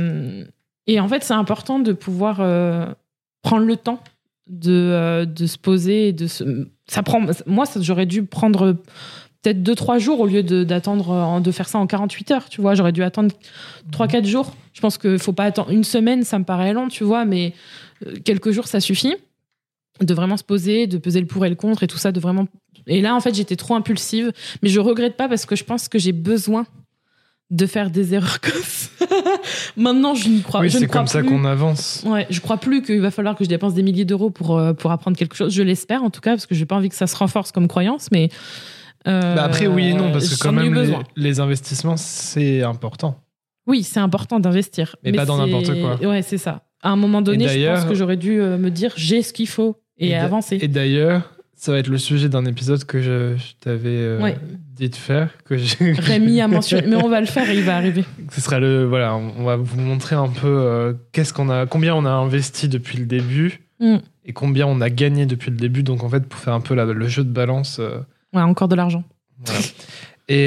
en fait, c'est important de pouvoir prendre le temps de se poser et moi j'aurais dû prendre peut-être 2-3 jours au lieu d'attendre de faire ça en 48 heures, tu vois. J'aurais dû attendre 3-4 jours. Je pense qu'il faut pas attendre une semaine, ça me paraît long, tu vois, mais quelques jours ça suffit de vraiment se poser, de peser le pour et le contre et tout ça, de vraiment. Et là en fait j'étais trop impulsive, mais je regrette pas parce que je pense que j'ai besoin de faire des erreurs comme ça. Maintenant, je n'y crois pas. Oui, c'est comme ça qu'on avance. Ouais, je crois plus qu'il va falloir que je dépense des milliers d'euros pour apprendre quelque chose. Je l'espère, en tout cas, parce que j'ai pas envie que ça se renforce comme croyance, mais... après, oui et non, parce que quand même, les investissements, c'est important. Oui, c'est important d'investir. Mais pas dans n'importe quoi. Ouais, c'est ça. À un moment donné, je pense que j'aurais dû me dire, j'ai ce qu'il faut, et avancer. Et d'ailleurs, ça va être le sujet d'un épisode que je t'avais dit de faire, que j'ai... Rémi a mentionné, mais on va le faire et il va arriver. Ce sera voilà, on va vous montrer un peu combien on a investi depuis le début et combien on a gagné depuis le début. Donc en fait, pour faire un peu le jeu de balance. Ouais, encore de l'argent. Voilà. Et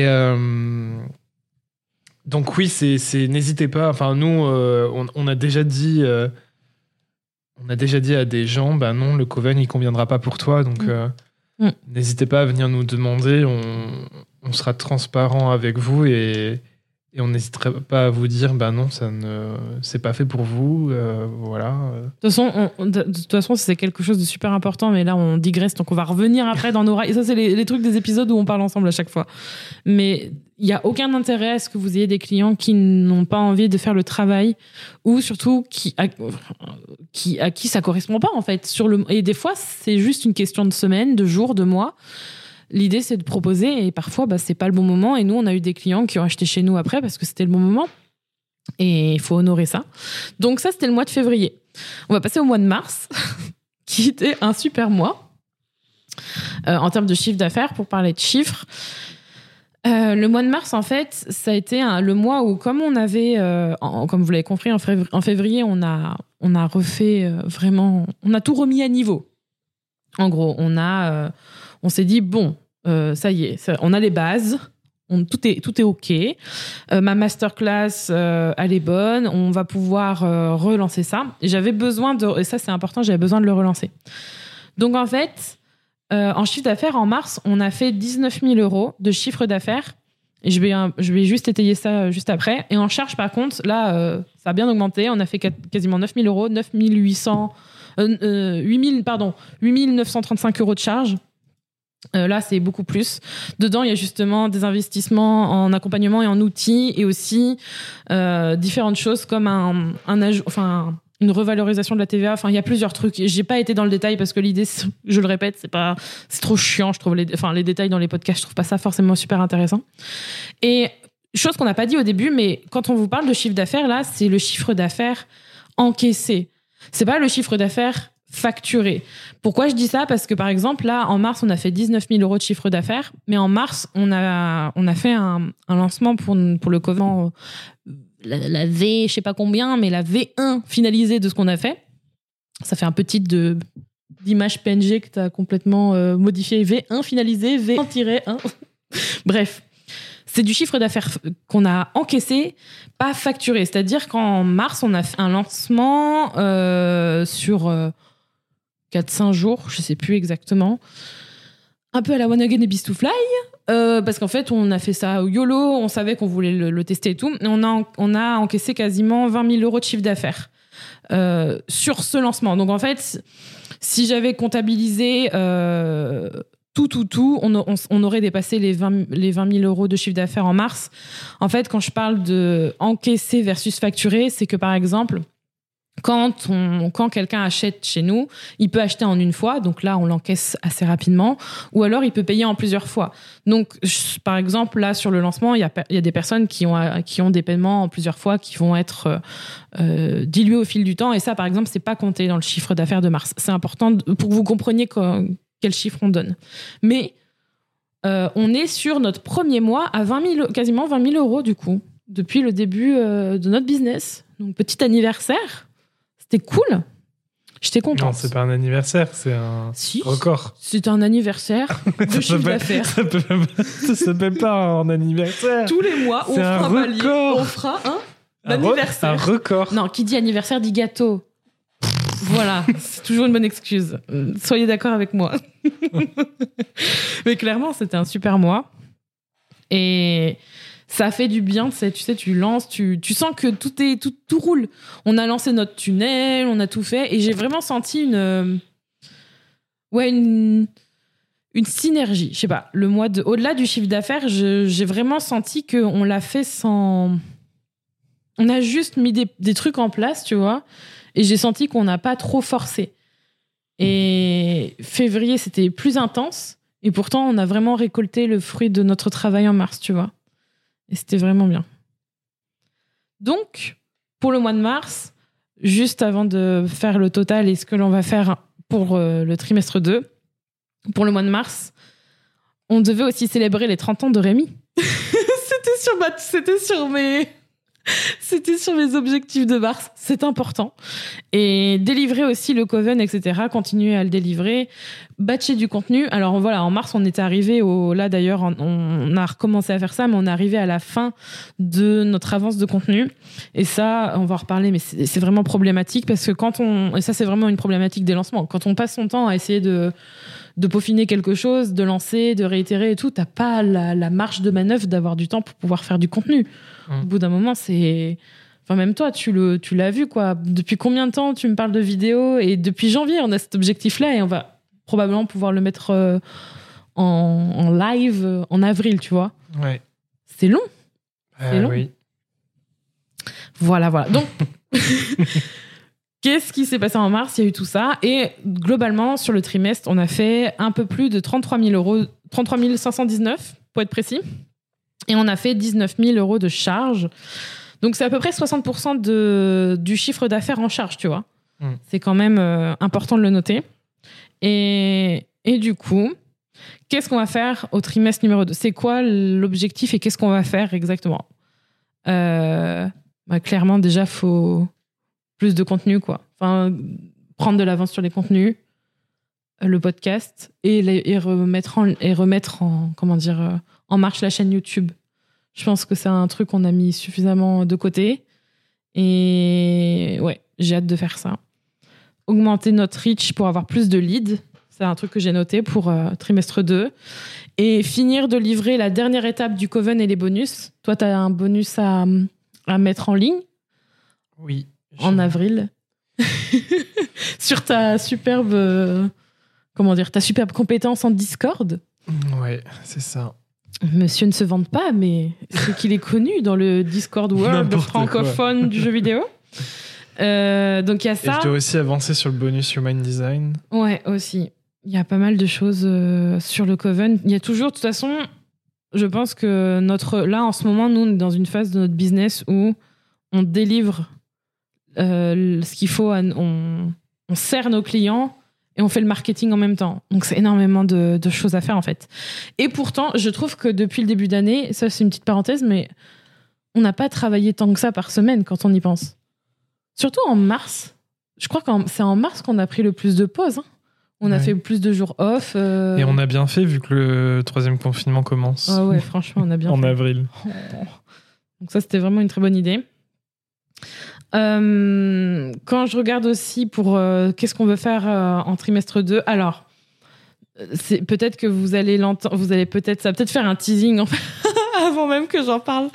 donc oui, n'hésitez pas. Enfin, nous, on a déjà dit. On a déjà dit à des gens, non, le Coven, il conviendra pas pour toi, donc n'hésitez pas à venir nous demander, on sera transparent avec vous et on n'hésitera pas à vous dire, non, c'est pas fait pour vous, voilà. De toute façon, c'est quelque chose de super important, mais là, on digresse, donc on va revenir après dans nos rails. Et ça, c'est les trucs des épisodes où on parle ensemble à chaque fois. Mais il n'y a aucun intérêt à ce que vous ayez des clients qui n'ont pas envie de faire le travail ou surtout à qui ça correspond pas, en fait. Et des fois, c'est juste une question de semaines, de jours, de mois. L'idée, c'est de proposer et parfois, c'est pas le bon moment. Et nous, on a eu des clients qui ont acheté chez nous après parce que c'était le bon moment. Et il faut honorer ça. Donc ça, c'était le mois de février. On va passer au mois de mars, qui était un super mois en termes de chiffre d'affaires, pour parler de chiffres. Le mois de mars, en fait, ça a été le mois où, comme on avait, comme vous l'avez compris, en février, on a refait vraiment, on a tout remis à niveau. En gros, on s'est dit, bon, ça y est, on a les bases, tout est OK. Ma masterclass, elle est bonne, on va pouvoir relancer ça. Et j'avais besoin et ça c'est important, j'avais besoin de le relancer. Donc en fait, en chiffre d'affaires, en mars, on a fait 19 000 euros de chiffre d'affaires. Et je vais juste étayer ça juste après. Et en charge, par contre, là, ça a bien augmenté. On a fait quasiment 9 000 euros, 8 935 euros de charge. Là, c'est beaucoup plus. Dedans, il y a justement des investissements en accompagnement et en outils et aussi différentes choses comme un une revalorisation de la TVA. Enfin, il y a plusieurs trucs. J'ai pas été dans le détail parce que l'idée, je le répète, c'est trop chiant. Je trouve les détails dans les podcasts, je trouve pas ça forcément super intéressant. Et chose qu'on n'a pas dit au début, mais quand on vous parle de chiffre d'affaires, là, c'est le chiffre d'affaires encaissé. C'est pas le chiffre d'affaires facturé. Pourquoi je dis ça? Parce que par exemple, là, en mars, on a fait 19 000 euros de chiffre d'affaires, mais en mars, on a fait un lancement pour le Coven, la V, je sais pas combien, mais la V1 finalisée de ce qu'on a fait. Ça fait un petit d'image PNG que tu as complètement modifié. V1 finalisé, V1-1. Bref. C'est du chiffre d'affaires qu'on a encaissé, pas facturé. C'est-à-dire qu'en mars, on a fait un lancement sur 4-5 jours, je sais plus exactement. Un peu à la One Again et Beast to Fly. Parce qu'en fait, on a fait ça au YOLO, on savait qu'on voulait le tester et tout. Et on a encaissé quasiment 20 000 euros de chiffre d'affaires sur ce lancement. Donc en fait, si j'avais comptabilisé tout, on aurait dépassé les 20 000 euros de chiffre d'affaires en mars. En fait, quand je parle de encaisser versus facturer, c'est que par exemple, quand quelqu'un achète chez nous, il peut acheter en une fois, donc là on l'encaisse assez rapidement, ou alors il peut payer en plusieurs fois. Donc par exemple là sur le lancement, il y a des personnes qui ont des paiements en plusieurs fois qui vont être dilués au fil du temps, et ça par exemple c'est pas compté dans le chiffre d'affaires de mars. C'est important pour que vous compreniez quel chiffre on donne. Mais on est sur notre premier mois à quasiment 20 000 euros du coup, depuis le début de notre business. Donc petit anniversaire. C'était cool. J'étais contente. Non, c'est pas un anniversaire, c'est un record. C'est un anniversaire de chiffre d'affaires. Ça s'appelle pas un anniversaire. Tous les mois, on fera un palier. On fera un anniversaire. Un record. Non, qui dit anniversaire dit gâteau. Voilà, c'est toujours une bonne excuse. Soyez d'accord avec moi. Mais clairement, c'était un super mois. Et ça fait du bien, tu sais, tu lances, tu sens que tout roule. On a lancé notre tunnel, on a tout fait, et j'ai vraiment senti une synergie. Je sais pas, au-delà du chiffre d'affaires, j'ai vraiment senti qu'on l'a fait sans... On a juste mis des trucs en place, tu vois, et j'ai senti qu'on n'a pas trop forcé. Et février, c'était plus intense, et pourtant, on a vraiment récolté le fruit de notre travail en mars, tu vois. Et c'était vraiment bien. Donc, pour le mois de mars, juste avant de faire le total et ce que l'on va faire pour le trimestre 2, pour le mois de mars, on devait aussi célébrer les 30 ans de Rémi. C'était sur mes objectifs de mars. C'est important. Et délivrer aussi le Coven, etc. Continuer à le délivrer. Batcher du contenu. Alors voilà, en mars, on était arrivé là d'ailleurs, on a recommencé à faire ça, mais on est arrivé à la fin de notre avance de contenu. Et ça, on va en reparler, mais c'est vraiment problématique parce que et ça, c'est vraiment une problématique des lancements. Quand on passe son temps à essayer de peaufiner quelque chose, de lancer, de réitérer et tout, t'as pas la marge de manœuvre d'avoir du temps pour pouvoir faire du contenu. Au bout d'un moment, c'est... Enfin, même toi, tu l'as vu, quoi. Depuis combien de temps tu me parles de vidéos? Et depuis janvier, on a cet objectif-là et on va probablement pouvoir le mettre en live en avril, tu vois. Ouais. C'est long. C'est long. Oui. Voilà. Donc... Qu'est-ce qui s'est passé en mars? Il y a eu tout ça. Et globalement, sur le trimestre, on a fait un peu plus de 33 000 euros, 33 519 pour être précis. Et on a fait 19 000 euros de charges. Donc, c'est à peu près 60% du chiffre d'affaires en charge, tu vois. C'est quand même important de le noter. Et du coup, qu'est-ce qu'on va faire au trimestre numéro 2? C'est quoi l'objectif et qu'est-ce qu'on va faire exactement? Clairement, déjà, il faut... plus de contenu, quoi. Enfin, prendre de l'avance sur les contenus, le podcast, et remettre en marche la chaîne YouTube. Je pense que c'est un truc qu'on a mis suffisamment de côté. Et ouais, j'ai hâte de faire ça. Augmenter notre reach pour avoir plus de leads. C'est un truc que j'ai noté pour trimestre 2. Et finir de livrer la dernière étape du Coven et les bonus. Toi, tu as un bonus à mettre en ligne. Oui. En avril. Sur ta superbe... ta superbe compétence en Discord. Ouais, c'est ça. Monsieur ne se vante pas, mais c'est qu'il est connu dans le Discord world francophone du jeu vidéo. Donc il y a Et ça. je dois aussi avancer sur le bonus Human Design. Ouais, aussi. Il y a pas mal de choses sur le Coven. Il y a toujours, de toute façon, je pense que là, en ce moment, nous, on est dans une phase de notre business où on délivre ce qu'il faut, on sert nos clients et on fait le marketing en même temps. Donc, c'est énormément de choses à faire, en fait. Et pourtant, je trouve que depuis le début d'année, ça, c'est une petite parenthèse, mais on n'a pas travaillé tant que ça par semaine quand on y pense. Surtout en mars. Je crois que c'est en mars qu'on a pris le plus de pauses. Hein. On a fait plus de jours off. Et on a bien fait vu que le 3e confinement commence. Ah ouais, franchement, on a bien en fait. avril. Donc ça, c'était vraiment une très bonne idée. Quand je regarde aussi pour qu'est-ce qu'on veut faire en trimestre 2, alors, c'est peut-être que vous allez l'entendre, ça va peut-être faire un teasing en fait, avant même que j'en parle.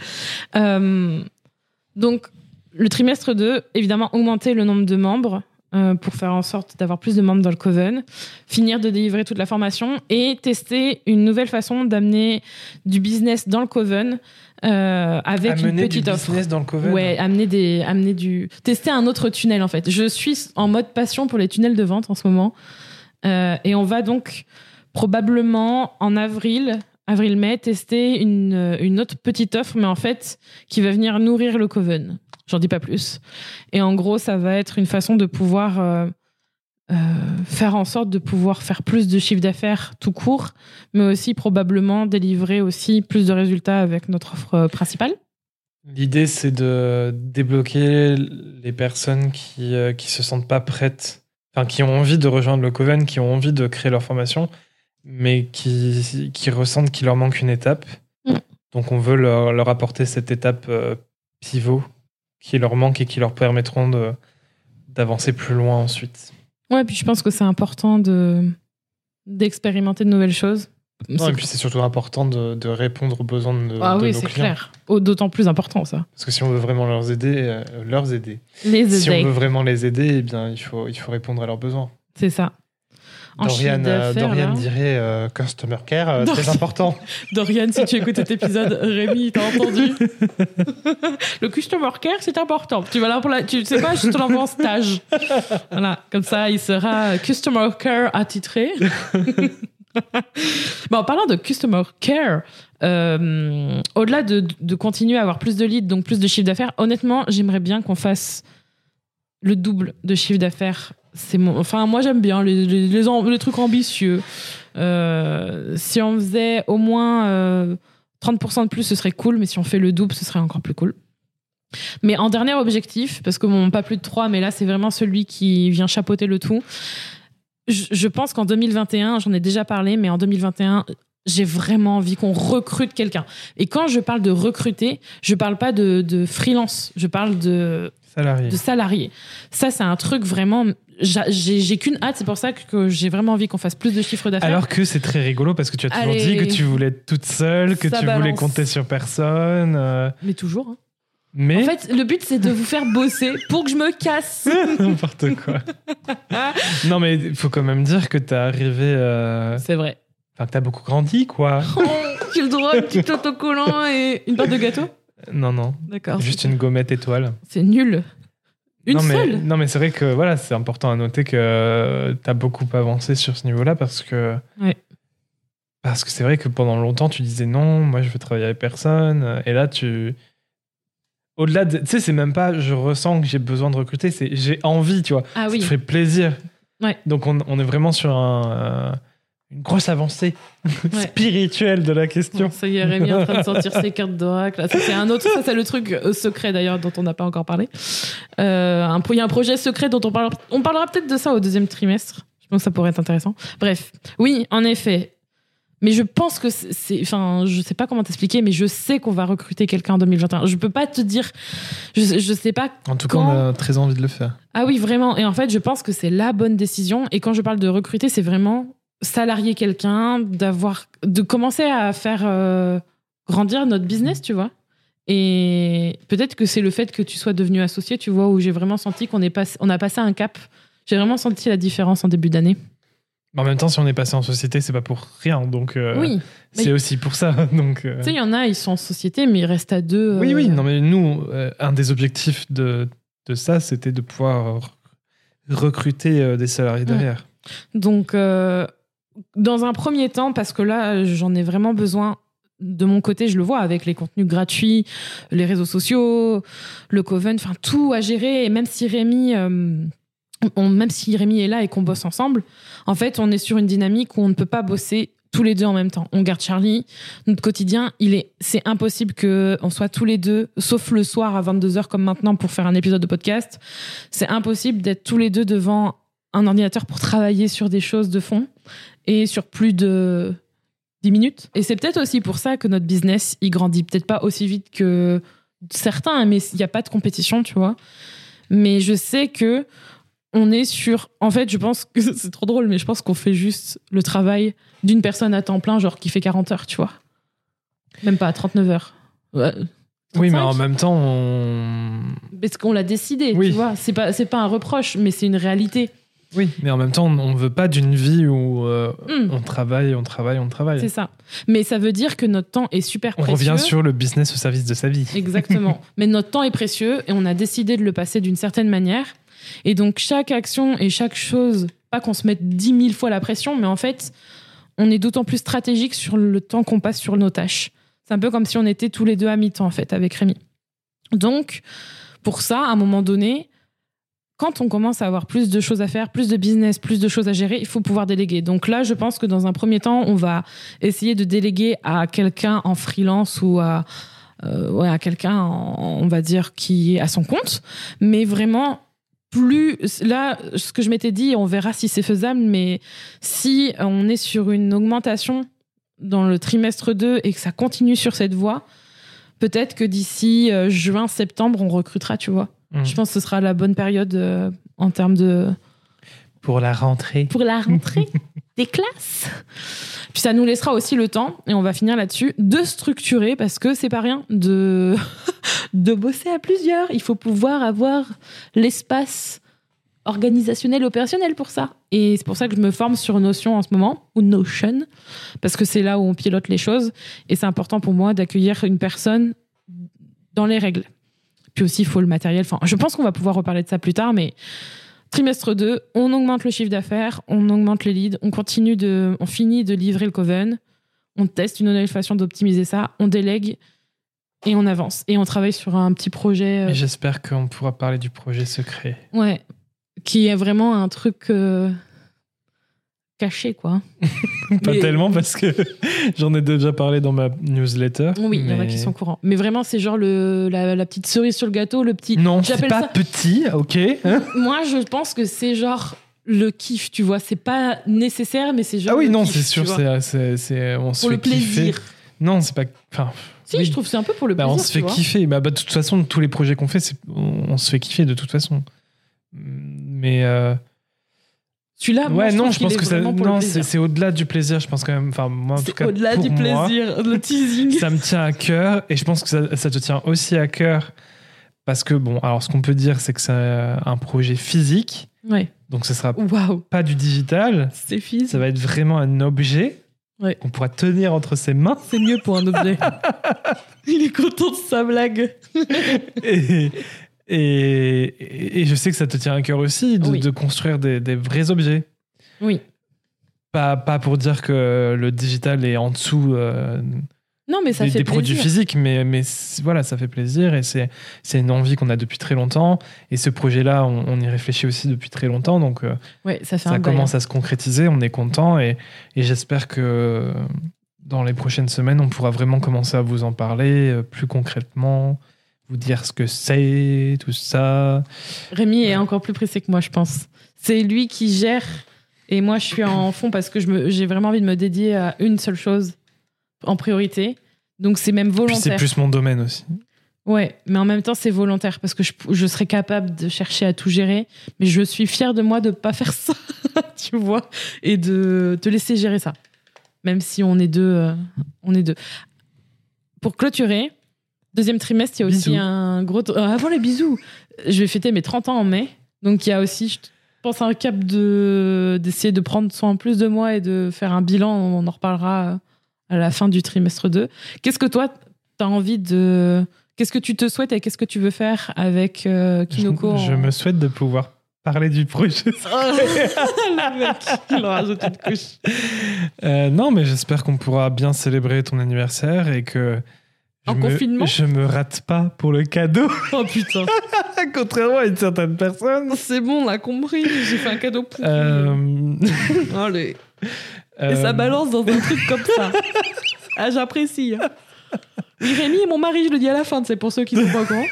Donc, le trimestre 2, évidemment, augmenter le nombre de membres pour faire en sorte d'avoir plus de membres dans le Coven, finir de délivrer toute la formation et tester une nouvelle façon d'amener du business dans le Coven avec une petite offre. Business dans le Coven. Ouais, tester un autre tunnel en fait. Je suis en mode passion pour les tunnels de vente en ce moment et on va donc probablement en avril-mai tester une autre petite offre, mais en fait qui va venir nourrir le Coven. J'en dis pas plus. Et en gros, ça va être une façon de pouvoir faire en sorte de pouvoir faire plus de chiffre d'affaires tout court, mais aussi probablement délivrer aussi plus de résultats avec notre offre principale. L'idée, c'est de débloquer les personnes qui se sentent pas prêtes, enfin qui ont envie de rejoindre le Coven, qui ont envie de créer leur formation, mais qui ressentent qu'il leur manque une étape. Donc on veut leur apporter cette étape pivot qui leur manque et qui leur permettront d'avancer plus loin ensuite. Ouais, puis je pense que c'est important d'expérimenter de nouvelles choses. Non, et puis c'est surtout important de répondre aux besoins de nos clients. Ah oui, c'est clair. D'autant plus important, ça. Parce que si on veut vraiment les aider. Si on veut vraiment les aider, eh bien, il faut répondre à leurs besoins. C'est ça. Dorian dirait Customer Care, très important. Dorian, si tu écoutes cet épisode, Rémi, t'as entendu? Le Customer Care, c'est important. Tu vas là tu sais pas, je te l'envoie en stage. Voilà, comme ça, il sera Customer Care attitré. Bon, en parlant de Customer Care, au-delà de continuer à avoir plus de leads, donc plus de chiffre d'affaires, honnêtement, j'aimerais bien qu'on fasse le double de chiffre d'affaires. Enfin, moi, j'aime bien les trucs ambitieux. Si on faisait au moins 30% de plus, ce serait cool, mais si on fait le double, ce serait encore plus cool. Mais en dernier objectif, parce que bon, pas plus de 3, mais là, c'est vraiment celui qui vient chapeauter le tout. Je pense qu'en 2021, j'en ai déjà parlé, mais en 2021, j'ai vraiment envie qu'on recrute quelqu'un. Et quand je parle de recruter, je parle pas de freelance, je parle de salariés. Ça, c'est un truc vraiment... J'ai qu'une hâte, c'est pour ça que j'ai vraiment envie qu'on fasse plus de chiffres d'affaires. Alors que c'est très rigolo parce que tu as toujours dit que tu voulais être toute seule, que tu voulais compter sur personne. Mais toujours. Hein. Mais... En fait, le but, c'est de vous faire bosser pour que je me casse. N'importe quoi. Non, mais il faut quand même dire que t'es arrivé... C'est vrai. Enfin, que t'as beaucoup grandi, quoi. Oh, j'ai le droit à un petit autocollant et une part de gâteau? Non. D'accord. Juste une gommette étoile. C'est nul. Seule. Non, mais c'est vrai que voilà, c'est important à noter que t'as beaucoup avancé sur ce niveau-là parce que c'est vrai que pendant longtemps, tu disais non, moi je veux travailler avec personne. Et là, au-delà de... Tu sais, c'est même pas je ressens que j'ai besoin de recruter, c'est j'ai envie, tu vois. Ah oui. Ça te fait plaisir. Ouais. Donc on est vraiment sur une grosse avancée spirituelle de la question. Ça y est, Rémi est en train de sortir ses cartes d'oracle. Ça, c'est le truc secret d'ailleurs dont on n'a pas encore parlé. Il y a un projet secret dont on parlera peut-être de ça au 2e trimestre. Je pense que ça pourrait être intéressant. Bref, oui, en effet. Mais je pense que enfin, je sais pas comment t'expliquer, mais je sais qu'on va recruter quelqu'un en 2021. Je peux pas te dire, je sais pas. En tout cas, on a très envie de le faire. Ah oui, vraiment. Et en fait, je pense que c'est la bonne décision. Et quand je parle de recruter, c'est vraiment salarier quelqu'un, de commencer à faire grandir notre business, tu vois. Et peut-être que c'est le fait que tu sois devenu associé, tu vois, où j'ai vraiment senti qu'on a passé un cap. J'ai vraiment senti la différence en début d'année. En même temps, si on est passé en société, c'est pas pour rien, donc oui, c'est aussi pour ça. Donc, tu sais, il y en a, ils sont en société, mais ils restent à 2. Oui, non, mais nous, un des objectifs de de ça, c'était de pouvoir recruter des salariés derrière. Donc, dans un premier temps, parce que là, j'en ai vraiment besoin de mon côté, je le vois avec les contenus gratuits, les réseaux sociaux, le Coven, enfin tout à gérer. Et même si Rémi est là et qu'on bosse ensemble, en fait, on est sur une dynamique où on ne peut pas bosser tous les deux en même temps. On garde Charlie. Notre quotidien, c'est impossible qu'on soit tous les deux, sauf le soir à 22h comme maintenant pour faire un épisode de podcast. C'est impossible d'être tous les deux devant un ordinateur pour travailler sur des choses de fond et sur plus de 10 minutes. Et c'est peut-être aussi pour ça que notre business, il grandit peut-être pas aussi vite que certains, mais il n'y a pas de compétition, tu vois. Mais je sais que on est sur... En fait, je pense que c'est trop drôle, mais je pense qu'on fait juste le travail d'une personne à temps plein, genre qui fait 40 heures, tu vois. Même pas, 39 heures. Ouais, 35. Oui, mais en même temps, Parce qu'on l'a décidé, tu vois. C'est pas un reproche, mais c'est une réalité. Oui, mais en même temps, on ne veut pas d'une vie où on travaille. C'est ça. Mais ça veut dire que notre temps est super précieux. On revient sur le business au service de sa vie. Exactement. Mais notre temps est précieux et on a décidé de le passer d'une certaine manière. Et donc, chaque action et chaque chose, pas qu'on se mette 10 000 fois la pression, mais en fait, on est d'autant plus stratégique sur le temps qu'on passe sur nos tâches. C'est un peu comme si on était tous les deux à mi-temps, en fait, avec Rémi. Donc, pour ça, à un moment donné, quand on commence à avoir plus de choses à faire, plus de business, plus de choses à gérer, il faut pouvoir déléguer. Donc là, je pense que dans un premier temps, on va essayer de déléguer à quelqu'un en freelance ou à quelqu'un, on va dire, qui est à son compte. Mais vraiment, là, ce que je m'étais dit, on verra si c'est faisable, mais si on est sur une augmentation dans le trimestre 2 et que ça continue sur cette voie, peut-être que d'ici juin, septembre, on recrutera, tu vois. Je pense que ce sera la bonne période en termes de... Pour la rentrée. Pour la rentrée des classes. Puis ça nous laissera aussi le temps, et on va finir là-dessus, de structurer, parce que c'est pas rien de bosser à plusieurs. Il faut pouvoir avoir l'espace organisationnel, opérationnel pour ça. Et c'est pour ça que je me forme sur Notion en ce moment, ou Notion, parce que c'est là où on pilote les choses. Et c'est important pour moi d'accueillir une personne dans les règles. Puis aussi, il faut le matériel. Enfin, je pense qu'on va pouvoir reparler de ça plus tard, mais trimestre 2, on augmente le chiffre d'affaires, on augmente les leads, on finit de livrer le Coven, on teste une nouvelle façon d'optimiser ça, on délègue et on avance. Et on travaille sur un petit projet. Et j'espère qu'on pourra parler du projet secret. Ouais, qui est vraiment un truc caché, quoi. Pas tellement, parce que j'en ai déjà parlé dans ma newsletter. Oui, il y en a qui sont courants. Mais vraiment, c'est genre la petite cerise sur le gâteau, le petit... Non, c'est pas petit, ok. Moi, je pense que c'est genre le kiff, tu vois. C'est pas nécessaire, mais c'est genre... Ah oui, non, kiff, c'est sûr, on se fait kiffer. Plaisir. Non, c'est pas... Enfin, si, oui. Je trouve que c'est un peu pour le plaisir, on se fait kiffer. De toute façon, tous les projets qu'on fait, on se fait kiffer de toute façon. Mais... Celui-là, ouais, moi, je pense que c'est au-delà du plaisir. Je pense quand même, enfin, moi, en tout cas, au-delà du plaisir, le teasing. Ça me tient à cœur, et je pense que ça te tient aussi à cœur, parce que bon, alors ce qu'on peut dire, c'est que c'est un projet physique. Ouais. Donc ce sera pas du digital. C'est physique. Ça va être vraiment un objet qu'on pourra tenir entre ses mains. C'est mieux pour un objet. Il est content de sa blague. Et je sais que ça te tient à cœur aussi de construire des vrais objets. Oui. Pas pour dire que le digital est en dessous non, mais ça fait des produits physiques, mais voilà, ça fait plaisir, et c'est une envie qu'on a depuis très longtemps. Et ce projet-là, on y réfléchit aussi depuis très longtemps. Donc ça commence à se concrétiser, on est content, et j'espère que dans les prochaines semaines, on pourra vraiment commencer à vous en parler plus concrètement, vous dire ce que c'est, tout ça. Rémi est encore plus pressé que moi, je pense. C'est lui qui gère, et moi je suis en fond parce que j'ai vraiment envie de me dédier à une seule chose en priorité. Donc c'est même volontaire. Puis c'est plus mon domaine aussi. Ouais, mais en même temps c'est volontaire parce que je serais capable de chercher à tout gérer, mais je suis fière de moi de pas faire ça, tu vois, et de te laisser gérer ça. Même si on est deux. Pour clôturer, deuxième trimestre, il y a aussi un gros... avant les bisous, je vais fêter mes 30 ans en mai. Donc il y a aussi, je pense, un cap d'essayer de prendre soin plus de moi et de faire un bilan. On en reparlera à la fin du trimestre 2. Qu'est-ce que toi, t'as envie de Qu'est-ce que tu te souhaites et qu'est-ce que tu veux faire avec Kinoko Je me souhaite de pouvoir parler du projet. Le mec, il en rajoute une couche. Non, mais j'espère qu'on pourra bien célébrer ton anniversaire et que confinement je me rate pas pour le cadeau. Oh putain. Contrairement à une certaine personne. C'est bon, on l'a compris. J'ai fait un cadeau pourri. Allez. Et ça balance dans un truc comme ça. Ah, j'apprécie. Oui, Rémi est mon mari, je le dis à la fin, c'est pour ceux qui sont pas au courant.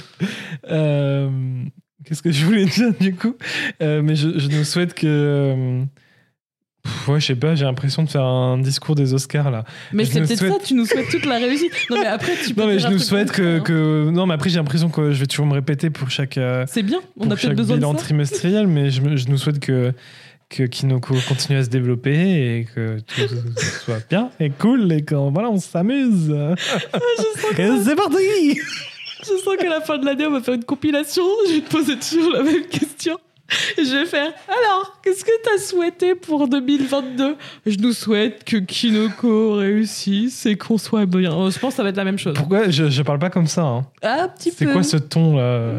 Qu'est-ce que je voulais dire du coup mais je nous souhaite que... ouais, je sais pas, j'ai l'impression de faire un discours des Oscars là. Mais c'est peut-être ça, tu nous souhaites toute la réussite. Non, mais après, tu peux. Non, mais je nous souhaite que. Non, mais après, j'ai l'impression que je vais toujours me répéter pour chaque. C'est bien, on a peut-être besoin de ça. Bilan trimestriel, mais je nous souhaite que Kinoko continue à se développer et que tout soit bien et cool et qu'on voilà, on s'amuse. C'est parti. Je sens qu'à la fin de l'année, on va faire une compilation. Je vais te poser toujours la même question. Et je vais faire, alors, qu'est-ce que t'as souhaité pour 2022 ? Je nous souhaite que Kinoko réussisse et qu'on soit bien. Je pense que ça va être la même chose. Pourquoi je parle pas comme ça hein. Ah, un petit peu. C'est quoi ce ton là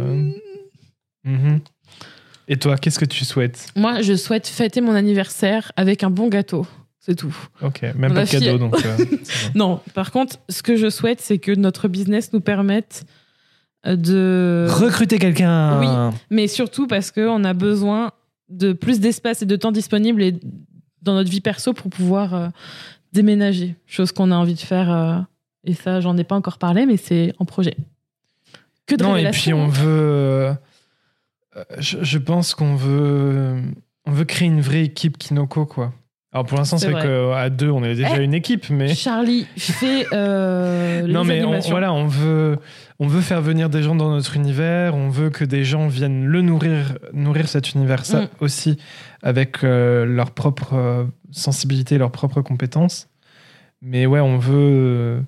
Et toi, qu'est-ce que tu souhaites ? Moi, je souhaite fêter mon anniversaire avec un bon gâteau. C'est tout. Ok, même pas de cadeau donc. Non, par contre, ce que je souhaite, c'est que notre business nous permette de recruter quelqu'un. Oui, mais surtout parce qu'on a besoin de plus d'espace et de temps disponible et dans notre vie perso pour pouvoir déménager, chose qu'on a envie de faire et ça j'en ai pas encore parlé mais c'est en projet. Que de révélations. Et puis on veut je pense qu'on veut créer une vraie équipe Kinoko quoi. Alors pour l'instant c'est vrai qu'à deux on est déjà une équipe mais Charlie fait non mais animations. On veut faire venir des gens dans notre univers, on veut que des gens viennent le nourrir cet univers ça aussi avec leur propre sensibilité, leurs propres compétences. Mais ouais, on veut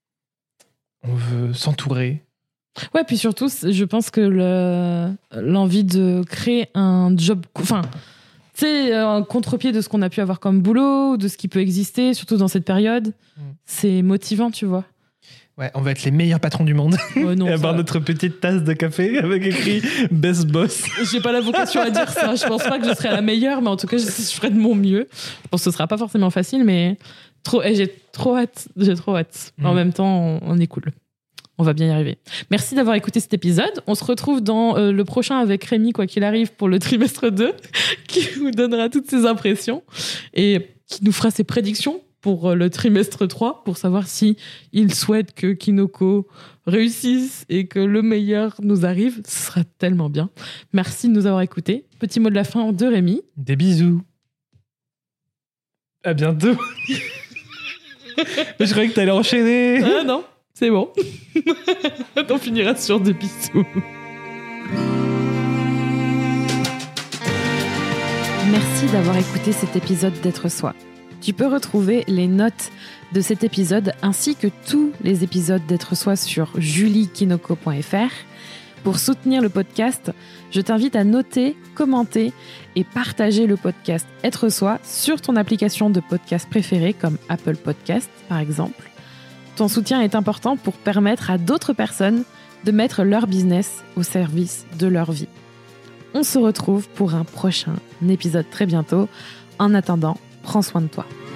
s'entourer. Ouais, puis surtout je pense que l'envie de créer un job c'est un contre-pied de ce qu'on a pu avoir comme boulot, de ce qui peut exister, surtout dans cette période. C'est motivant, tu vois. Ouais, on va être les meilleurs patrons du monde. Non, et avoir notre petite tasse de café avec écrit Best Boss. J'ai pas la vocation à dire ça. Je pense pas que je serai la meilleure, mais en tout cas, je ferai de mon mieux. Je pense que ce sera pas forcément facile, mais j'ai trop hâte. En même temps, on est cool. On va bien y arriver. Merci d'avoir écouté cet épisode. On se retrouve dans le prochain avec Rémi, quoi qu'il arrive, pour le trimestre 2, qui vous donnera toutes ses impressions et qui nous fera ses prédictions pour le trimestre 3, pour savoir si il souhaite que Kinoko réussisse et que le meilleur nous arrive. Ce sera tellement bien. Merci de nous avoir écoutés. Petit mot de la fin de Rémi. Des bisous. À bientôt. Je croyais que t'allais enchaîner. Ah non. C'est bon. On finira sur des bisous. Merci d'avoir écouté cet épisode d'Être Soi. Tu peux retrouver les notes de cet épisode ainsi que tous les épisodes d'Être Soi sur juliekinoko.fr. Pour soutenir le podcast, je t'invite à noter, commenter et partager le podcast Être Soi sur ton application de podcast préférée comme Apple Podcast par exemple. Ton soutien est important pour permettre à d'autres personnes de mettre leur business au service de leur vie. On se retrouve pour un prochain épisode très bientôt. En attendant, prends soin de toi.